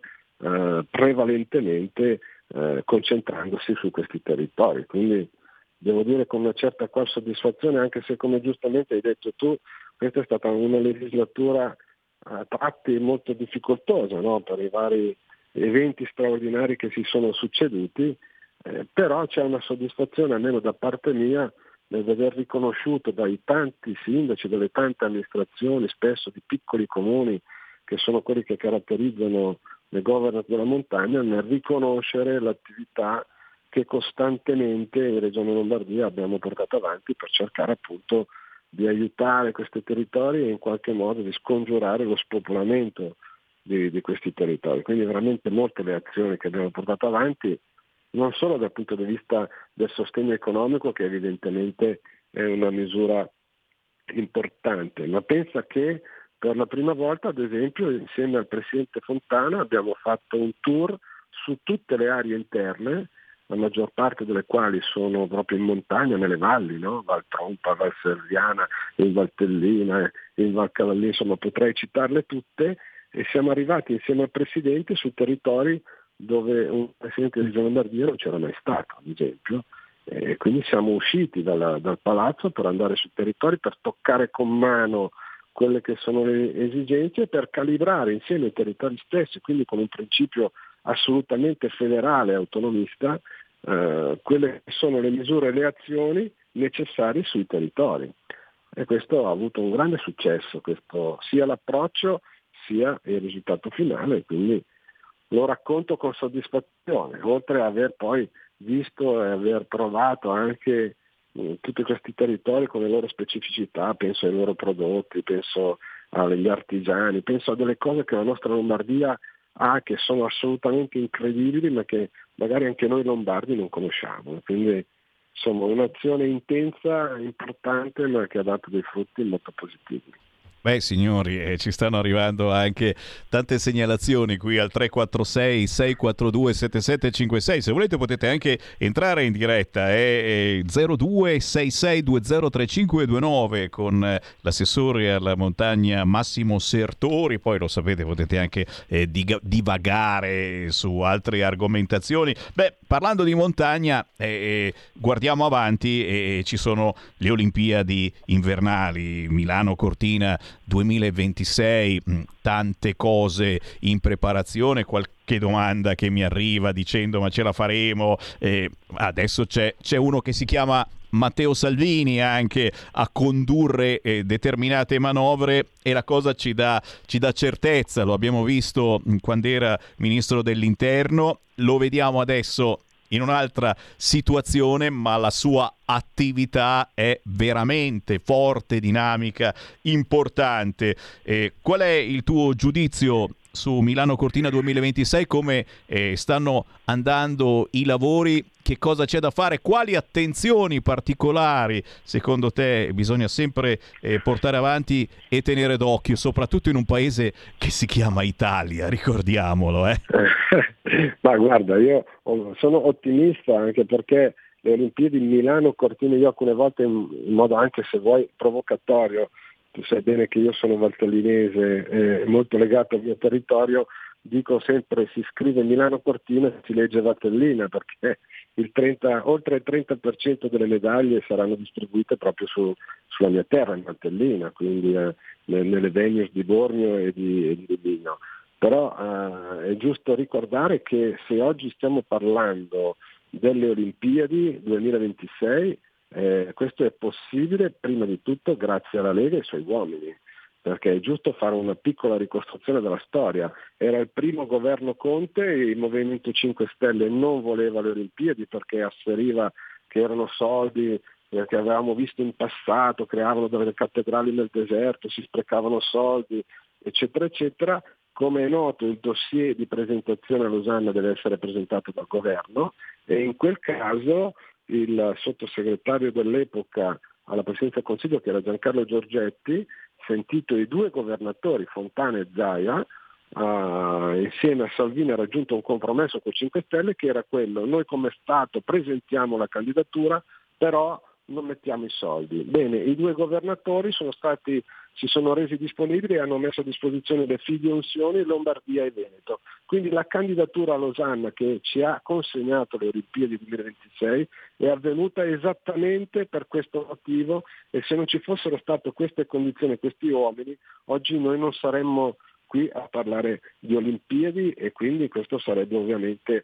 S6: prevalentemente concentrandosi su questi territori. Quindi devo dire con una certa soddisfazione, anche se, come giustamente hai detto tu, questa è stata una legislatura a tratti molto difficoltosa, no? Per i vari eventi straordinari che si sono succeduti, però c'è una soddisfazione, almeno da parte mia, nel veder riconosciuto dai tanti sindaci, dalle tante amministrazioni, spesso di piccoli comuni, che sono quelli che caratterizzano le governance della montagna, nel riconoscere l'attività che costantemente in Regione Lombardia abbiamo portato avanti per cercare appunto di aiutare questi territori e in qualche modo di scongiurare lo spopolamento di questi territori. Quindi veramente molte le azioni che abbiamo portato avanti, non solo dal punto di vista del sostegno economico, che evidentemente è una misura importante, ma pensa che per la prima volta, ad esempio, insieme al Presidente Fontana abbiamo fatto un tour su tutte le aree interne, la maggior parte delle quali sono proprio in montagna, nelle valli, no? Val Trompa, Val Serviana, in Valtellina, in Val Cavallina, insomma potrei citarle tutte, e siamo arrivati insieme al Presidente su territori dove un Presidente di Regione Lombardia non c'era mai stato, ad esempio, e quindi siamo usciti dal palazzo per andare sui territori, per toccare con mano quelle che sono le esigenze, per calibrare insieme ai territori stessi, quindi con un principio assolutamente federale, autonomista, quelle che sono le misure e le azioni necessarie sui territori. E questo ha avuto un grande successo, questo, sia l'approccio sia il risultato finale, quindi lo racconto con soddisfazione, oltre a aver poi visto e aver provato anche tutti questi territori con le loro specificità, penso ai loro prodotti, penso agli artigiani, penso a delle cose che la nostra Lombardia ha che sono assolutamente incredibili, ma che magari anche noi lombardi non conosciamo. Quindi insomma un'azione intensa, importante, ma che ha dato dei frutti molto positivi.
S2: Beh signori, ci stanno arrivando anche tante segnalazioni qui al 346 642 7756. Se volete potete anche entrare in diretta, è 0266203529 con l'assessore alla montagna Massimo Sertori. Poi lo sapete, potete anche divagare su altre argomentazioni. Beh, parlando di montagna, guardiamo avanti e ci sono le Olimpiadi invernali, Milano Cortina 2026, tante cose in preparazione, qualche domanda che mi arriva dicendo ma ce la faremo, adesso c'è uno che si chiama Matteo Salvini anche a condurre determinate manovre e la cosa ci dà certezza, lo abbiamo visto quando era ministro dell'interno, lo vediamo adesso in un'altra situazione, ma la sua attività è veramente forte, dinamica, importante. Qual è il tuo giudizio su Milano Cortina 2026? Come stanno andando i lavori? Che cosa c'è da fare? Quali attenzioni particolari secondo te bisogna sempre portare avanti e tenere d'occhio, soprattutto in un paese che si chiama Italia, ricordiamolo.
S6: Ma guarda, io sono ottimista anche perché le Olimpiadi in Milano Cortina, io alcune volte in modo anche se vuoi provocatorio, tu sai bene che io sono valtellinese, molto legato al mio territorio, dico sempre si scrive Milano Cortina e si legge Valtellina, perché oltre il 30% delle medaglie saranno distribuite proprio sulla mia terra, in Valtellina, quindi nelle venues di Bormio e di Livigno. Però è giusto ricordare che se oggi stiamo parlando delle Olimpiadi 2026, questo è possibile prima di tutto grazie alla Lega e ai suoi uomini, perché è giusto fare una piccola ricostruzione della storia. Era il primo governo Conte e il Movimento 5 Stelle non voleva le Olimpiadi perché asseriva che erano soldi che avevamo visto in passato, creavano delle cattedrali nel deserto, si sprecavano soldi, eccetera, eccetera. Come è noto, il dossier di presentazione a Losanna deve essere presentato dal governo e in quel caso il sottosegretario dell'epoca alla Presidenza del Consiglio, che era Giancarlo Giorgetti, sentito i due governatori, Fontana e Zaia, insieme a Salvini ha raggiunto un compromesso con 5 Stelle che era quello: noi come Stato presentiamo la candidatura, però non mettiamo i soldi. Bene, i due governatori si sono resi disponibili e hanno messo a disposizione le fideiussioni Lombardia e Veneto. Quindi la candidatura a Losanna che ci ha consegnato le Olimpiadi 2026 è avvenuta esattamente per questo motivo e se non ci fossero state queste condizioni, questi uomini, oggi noi non saremmo qui a parlare di Olimpiadi e quindi questo sarebbe ovviamente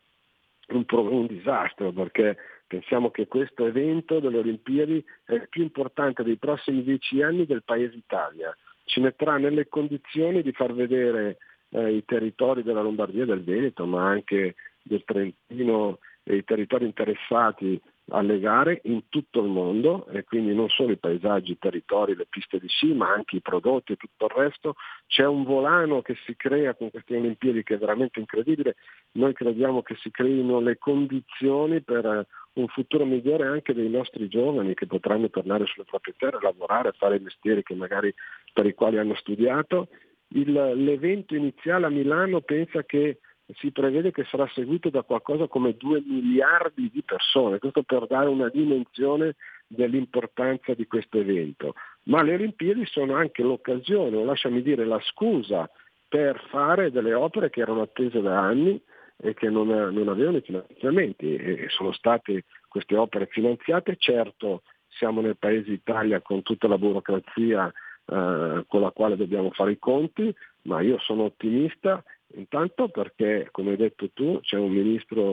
S6: un disastro, perché pensiamo che questo evento delle Olimpiadi è il più importante dei prossimi 10 anni del Paese Italia. Ci metterà nelle condizioni di far vedere i territori della Lombardia e del Veneto, ma anche del Trentino e i territori interessati alle gare in tutto il mondo, e quindi non solo i paesaggi, i territori, le piste di sci, ma anche i prodotti e tutto il resto. C'è un volano che si crea con queste Olimpiadi che è veramente incredibile. Noi crediamo che si creino le condizioni per un futuro migliore anche dei nostri giovani che potranno tornare sulle proprie terre, lavorare, fare i mestieri che magari per i quali hanno studiato. L'evento iniziale a Milano pensa che si prevede che sarà seguito da qualcosa come 2 miliardi di persone, questo per dare una dimensione dell'importanza di questo evento. Ma le Olimpiadi sono anche l'occasione, o lasciami dire la scusa, per fare delle opere che erano attese da anni e che non avevano i finanziamenti, e sono state queste opere finanziate. Certo, siamo nel Paese Italia con tutta la burocrazia con la quale dobbiamo fare i conti, ma io sono ottimista intanto perché, come hai detto tu, c'è un ministro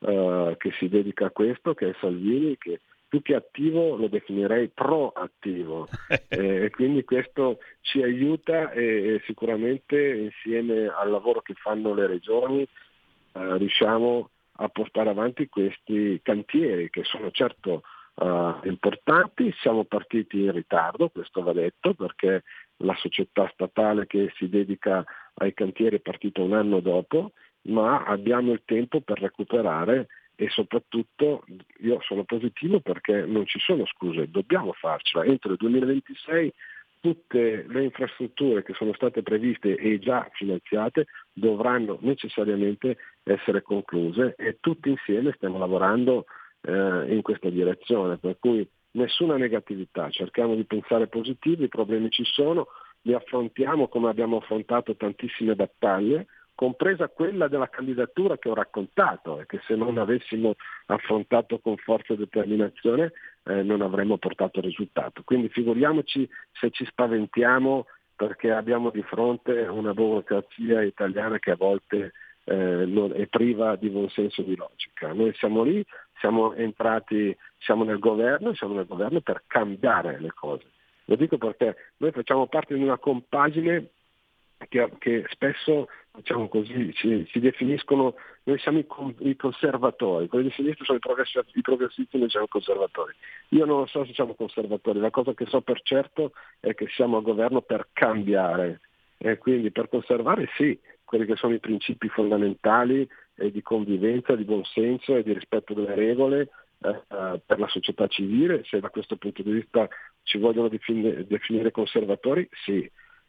S6: che si dedica a questo, che è Salvini, che più che attivo lo definirei proattivo, e quindi questo ci aiuta e sicuramente insieme al lavoro che fanno le regioni riusciamo a portare avanti questi cantieri che sono certo importanti. Siamo partiti in ritardo, questo va detto, perché la società statale che si dedica ai cantieri è partita un anno dopo, ma abbiamo il tempo per recuperare e soprattutto io sono positivo perché non ci sono scuse, dobbiamo farcela. Entro il 2026 tutte le infrastrutture che sono state previste e già finanziate dovranno necessariamente essere concluse e tutti insieme stiamo lavorando in questa direzione, per cui nessuna negatività, cerchiamo di pensare positivi, i problemi ci sono, li affrontiamo come abbiamo affrontato tantissime battaglie, compresa quella della candidatura che ho raccontato e che se non avessimo affrontato con forza e determinazione non avremmo portato risultato. Quindi figuriamoci se ci spaventiamo perché abbiamo di fronte una burocrazia italiana che a volte è priva di buon senso di logica. Noi siamo lì, siamo nel governo per cambiare le cose. Lo dico perché noi facciamo parte di una compagine che spesso, diciamo così, si definiscono, noi siamo i conservatori, quelli di sinistra sono i progressisti, noi siamo i conservatori. Io non lo so se siamo conservatori, la cosa che so per certo è che siamo al governo per cambiare, e quindi per conservare sì, quelli che sono i principi fondamentali di convivenza, di buonsenso e di rispetto delle regole per la società civile. Se da questo punto di vista ci vogliono definire conservatori, sì.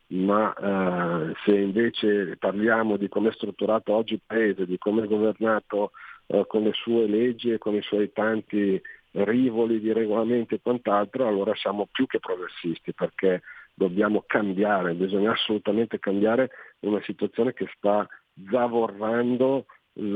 S6: Ma se invece parliamo di come è strutturato oggi il Paese, di come è governato con le sue leggi e con i suoi tanti rivoli di regolamenti e quant'altro, allora siamo più che progressisti, perché dobbiamo cambiare, bisogna assolutamente cambiare una situazione che sta zavorrando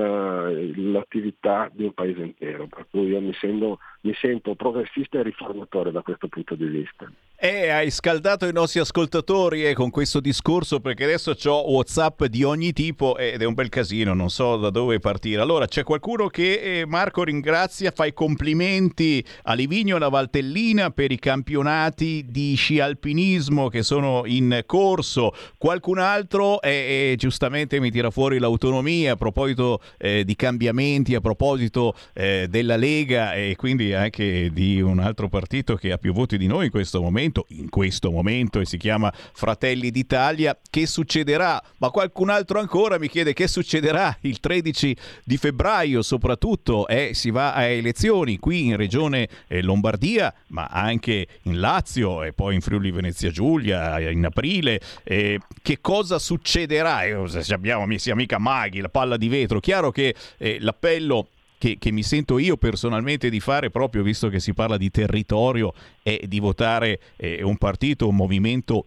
S6: l'attività di un paese intero, per cui io mi sento progressista e riformatore da questo punto di vista.
S2: Hai scaldato i nostri ascoltatori con questo discorso, perché adesso c'ho WhatsApp di ogni tipo ed è un bel casino, non so da dove partire. Allora c'è qualcuno che Marco ringrazia, fa i complimenti a Livigno e alla Valtellina per i campionati di sci alpinismo che sono in corso. Qualcun altro giustamente mi tira fuori l'autonomia a proposito di cambiamenti, a proposito della Lega e quindi anche di un altro partito che ha più voti di noi in questo momento e si chiama Fratelli d'Italia. Che succederà? Ma qualcun altro ancora mi chiede che succederà il 13 di febbraio, soprattutto si va a elezioni qui in Regione Lombardia, ma anche in Lazio e poi in Friuli Venezia Giulia in aprile. Che cosa succederà? Abbiamo sia mica maghi, la palla di vetro. Chiaro che l'appello che mi sento io personalmente di fare, proprio visto che si parla di territorio, è di votare un partito, un movimento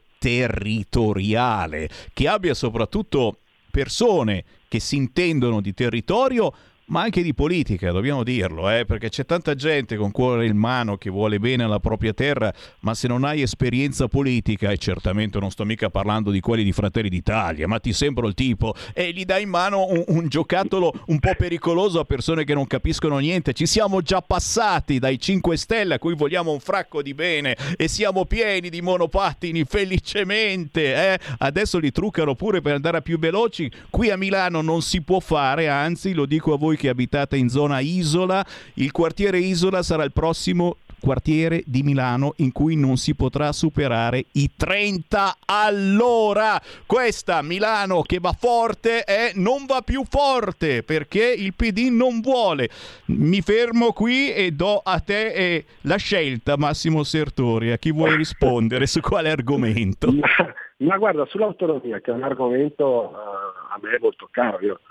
S2: territoriale, che abbia soprattutto persone che si intendono di territorio, ma anche di politica, dobbiamo dirlo, perché c'è tanta gente con cuore in mano che vuole bene alla propria terra, ma se non hai esperienza politica, e certamente non sto mica parlando di quelli di Fratelli d'Italia, ma ti sembro il tipo, e gli dai in mano un giocattolo un po' pericoloso a persone che non capiscono niente. Ci siamo già passati dai 5 Stelle, a cui vogliamo un fracco di bene, e siamo pieni di monopattini, felicemente, adesso li truccano pure per andare a più veloci. Qui a Milano non si può fare, anzi, lo dico a voi che abitate in zona Isola, il quartiere Isola sarà il prossimo quartiere di Milano in cui non si potrà superare i 30 all'ora. Questa Milano che va forte non va più forte perché il PD non vuole. Mi fermo qui e do a te la scelta, Massimo Sertori. A chi vuoi rispondere, su quale argomento?
S6: Ma guarda, sull'autonomia, che è un argomento a me molto caro. Io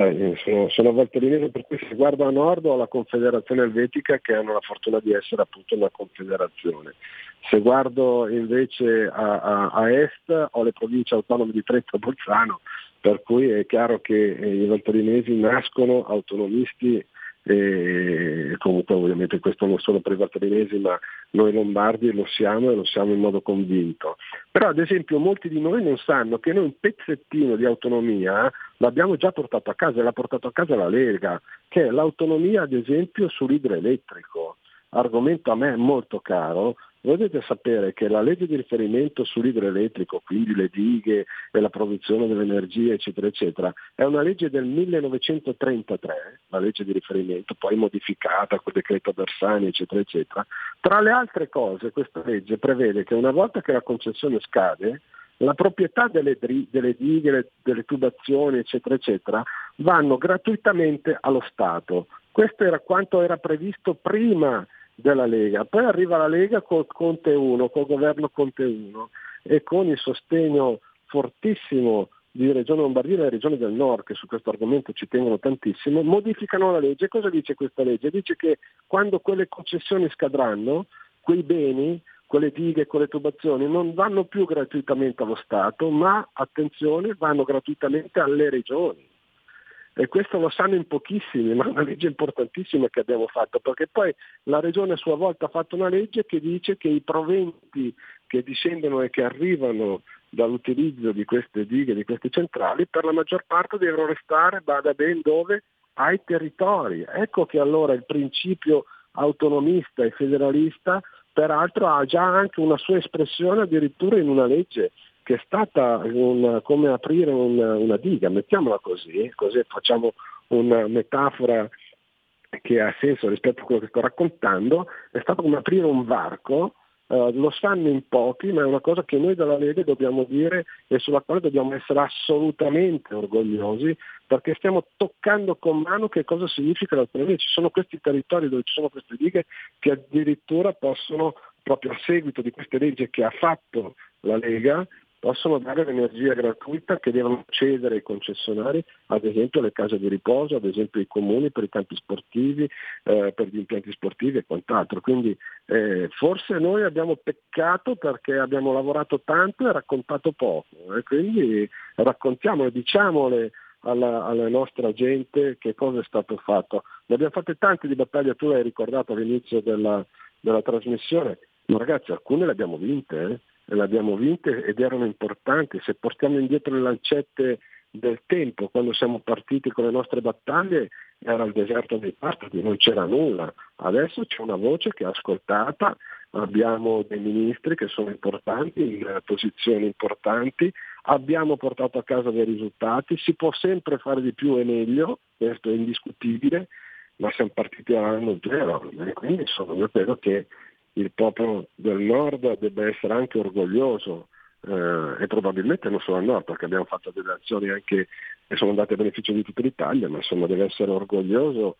S6: sono valtellinese, per cui se guardo a nord ho la Confederazione Elvetica, che hanno la fortuna di essere appunto una confederazione. Se guardo invece a est ho le province autonome di Trento e Bolzano, per cui è chiaro che i valtellinesi nascono autonomisti e comunque ovviamente questo non solo per i quattrinesi, ma noi lombardi lo siamo, e lo siamo in modo convinto. Però ad esempio molti di noi non sanno che noi un pezzettino di autonomia l'abbiamo già portato a casa, e l'ha portato a casa la Lega, che è l'autonomia ad esempio sull'idroelettrico, argomento a me molto caro. Dovete sapere che la legge di riferimento sull'idroelettrico, quindi le dighe e la produzione dell'energia eccetera eccetera, è una legge del 1933, la legge di riferimento, poi modificata col decreto Bersani eccetera eccetera. Tra le altre cose questa legge prevede che una volta che la concessione scade, la proprietà delle dighe, delle tubazioni eccetera eccetera vanno gratuitamente allo Stato. Questo era quanto era previsto prima della Lega. Poi arriva la Lega col Conte 1, col governo Conte 1 e con il sostegno fortissimo di Regione Lombardia e le regioni del nord, che su questo argomento ci tengono tantissimo, modificano la legge. Cosa dice questa legge? Dice che quando quelle concessioni scadranno, quei beni, quelle dighe, quelle tubazioni non vanno più gratuitamente allo Stato, ma, attenzione, vanno gratuitamente alle regioni. E questo lo sanno in pochissimi, ma è una legge importantissima che abbiamo fatto, perché poi la Regione a sua volta ha fatto una legge che dice che i proventi che discendono e che arrivano dall'utilizzo di queste dighe, di queste centrali, per la maggior parte devono restare, bada ben dove, ai territori. Ecco che allora il principio autonomista e federalista peraltro ha già anche una sua espressione addirittura in una legge che è stata come aprire una diga, mettiamola così facciamo una metafora che ha senso rispetto a quello che sto raccontando, è stato come aprire un varco. Lo sanno in pochi, ma è una cosa che noi dalla Lega dobbiamo dire e sulla quale dobbiamo essere assolutamente orgogliosi, perché stiamo toccando con mano che cosa significa l'autonomia. Ci sono questi territori dove ci sono queste dighe che addirittura possono, proprio a seguito di queste leggi che ha fatto la Lega, possono dare l'energia gratuita che devono cedere ai concessionari, ad esempio le case di riposo, ad esempio i comuni per i campi sportivi, per gli impianti sportivi e quant'altro. Quindi forse noi abbiamo peccato perché abbiamo lavorato tanto e raccontato poco, e quindi raccontiamole, diciamole alla nostra gente che cosa è stato fatto. Ne abbiamo fatte tante di battaglie, tu l'hai ricordato all'inizio della trasmissione, ma ragazzi alcune le abbiamo vinte, ed erano importanti. Se portiamo indietro le lancette del tempo, quando siamo partiti con le nostre battaglie era il deserto dei partiti, non c'era nulla. Adesso c'è una voce che è ascoltata, abbiamo dei ministri che sono importanti, in posizioni importanti, abbiamo portato a casa dei risultati, si può sempre fare di più e meglio, questo è indiscutibile, ma siamo partiti all'anno zero, e quindi io credo che il popolo del nord debba essere anche orgoglioso, e probabilmente non solo al nord, perché abbiamo fatto delle azioni anche che sono andate a beneficio di tutta l'Italia, ma insomma deve essere orgoglioso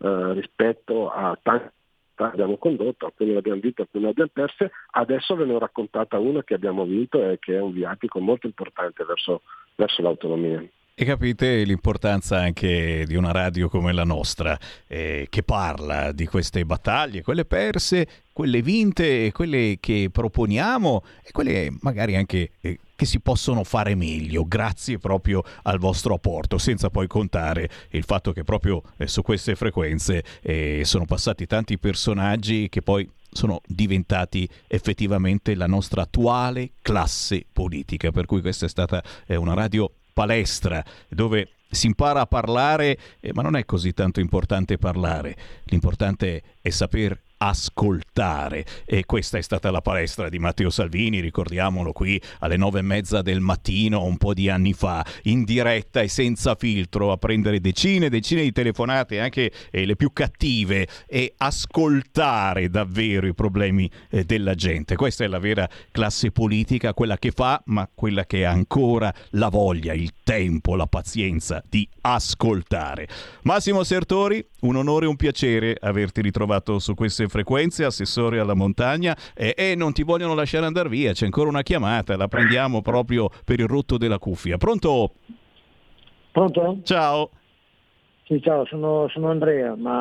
S6: rispetto a tanti che abbiamo condotto, alcune le abbiamo vinte, alcune le abbiamo perse. Adesso ve ne ho raccontata una che abbiamo vinto e che è un viatico molto importante verso l'autonomia.
S2: E capite l'importanza anche di una radio come la nostra, che parla di queste battaglie, quelle perse, quelle vinte, quelle che proponiamo e quelle magari anche che si possono fare meglio, grazie proprio al vostro apporto, senza poi contare il fatto che proprio su queste frequenze sono passati tanti personaggi che poi sono diventati effettivamente la nostra attuale classe politica, per cui questa è stata una radio palestra dove si impara a parlare, ma non è così tanto importante parlare, l'importante è saper ascoltare, e questa è stata la palestra di Matteo Salvini, ricordiamolo, qui alle 9:30 del mattino un po' di anni fa, in diretta e senza filtro, a prendere decine e decine di telefonate, anche le più cattive, e ascoltare davvero i problemi della gente. Questa è la vera classe politica, quella che fa, ma quella che ha ancora la voglia, il tempo, la pazienza di ascoltare. Massimo Sertori, un onore e un piacere averti ritrovato su queste frequenze, assessore alla montagna, e non ti vogliono lasciare andare via, c'è ancora una chiamata, la prendiamo proprio per il rotto della cuffia. Pronto?
S7: Pronto?
S2: Ciao.
S7: Sì, ciao, sono Andrea, ma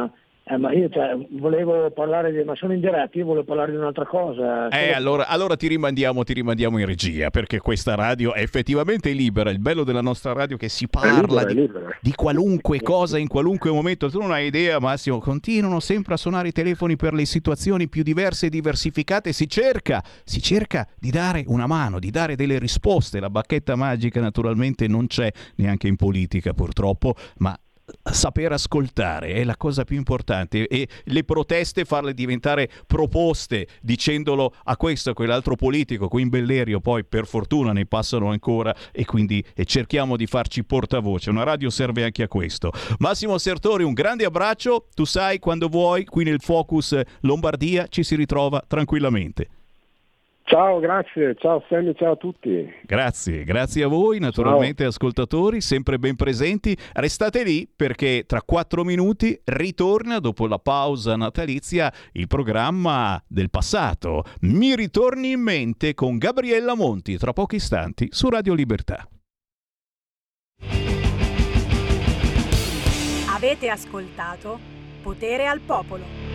S7: Ma io volevo parlare ma sono in diretta, io volevo parlare di un'altra cosa.
S2: Allora ti rimandiamo in regia, perché questa radio è effettivamente libera. Il bello della nostra radio è che si parla di qualunque cosa in qualunque momento. Tu non hai idea, Massimo, continuano sempre a suonare i telefoni per le situazioni più diverse e diversificate. Si cerca di dare una mano, di dare delle risposte. La bacchetta magica naturalmente non c'è neanche in politica, purtroppo, ma saper ascoltare è la cosa più importante, e le proteste farle diventare proposte, dicendolo a questo, a quell'altro politico. Qui in Bellerio poi per fortuna ne passano ancora, e quindi cerchiamo di farci portavoce. Una radio serve anche a questo. Massimo Sertori, un grande abbraccio. Tu sai, quando vuoi, qui nel Focus Lombardia ci si ritrova tranquillamente.
S6: Ciao, grazie, ciao Sammy, ciao a tutti.
S2: Grazie a voi, naturalmente, ciao. Ascoltatori, sempre ben presenti. Restate lì, perché tra 4 minuti ritorna, dopo la pausa natalizia, il programma del passato. Mi ritorni in mente con Gabriella Monti, tra pochi istanti su Radio Libertà.
S10: Avete ascoltato Potere al Popolo.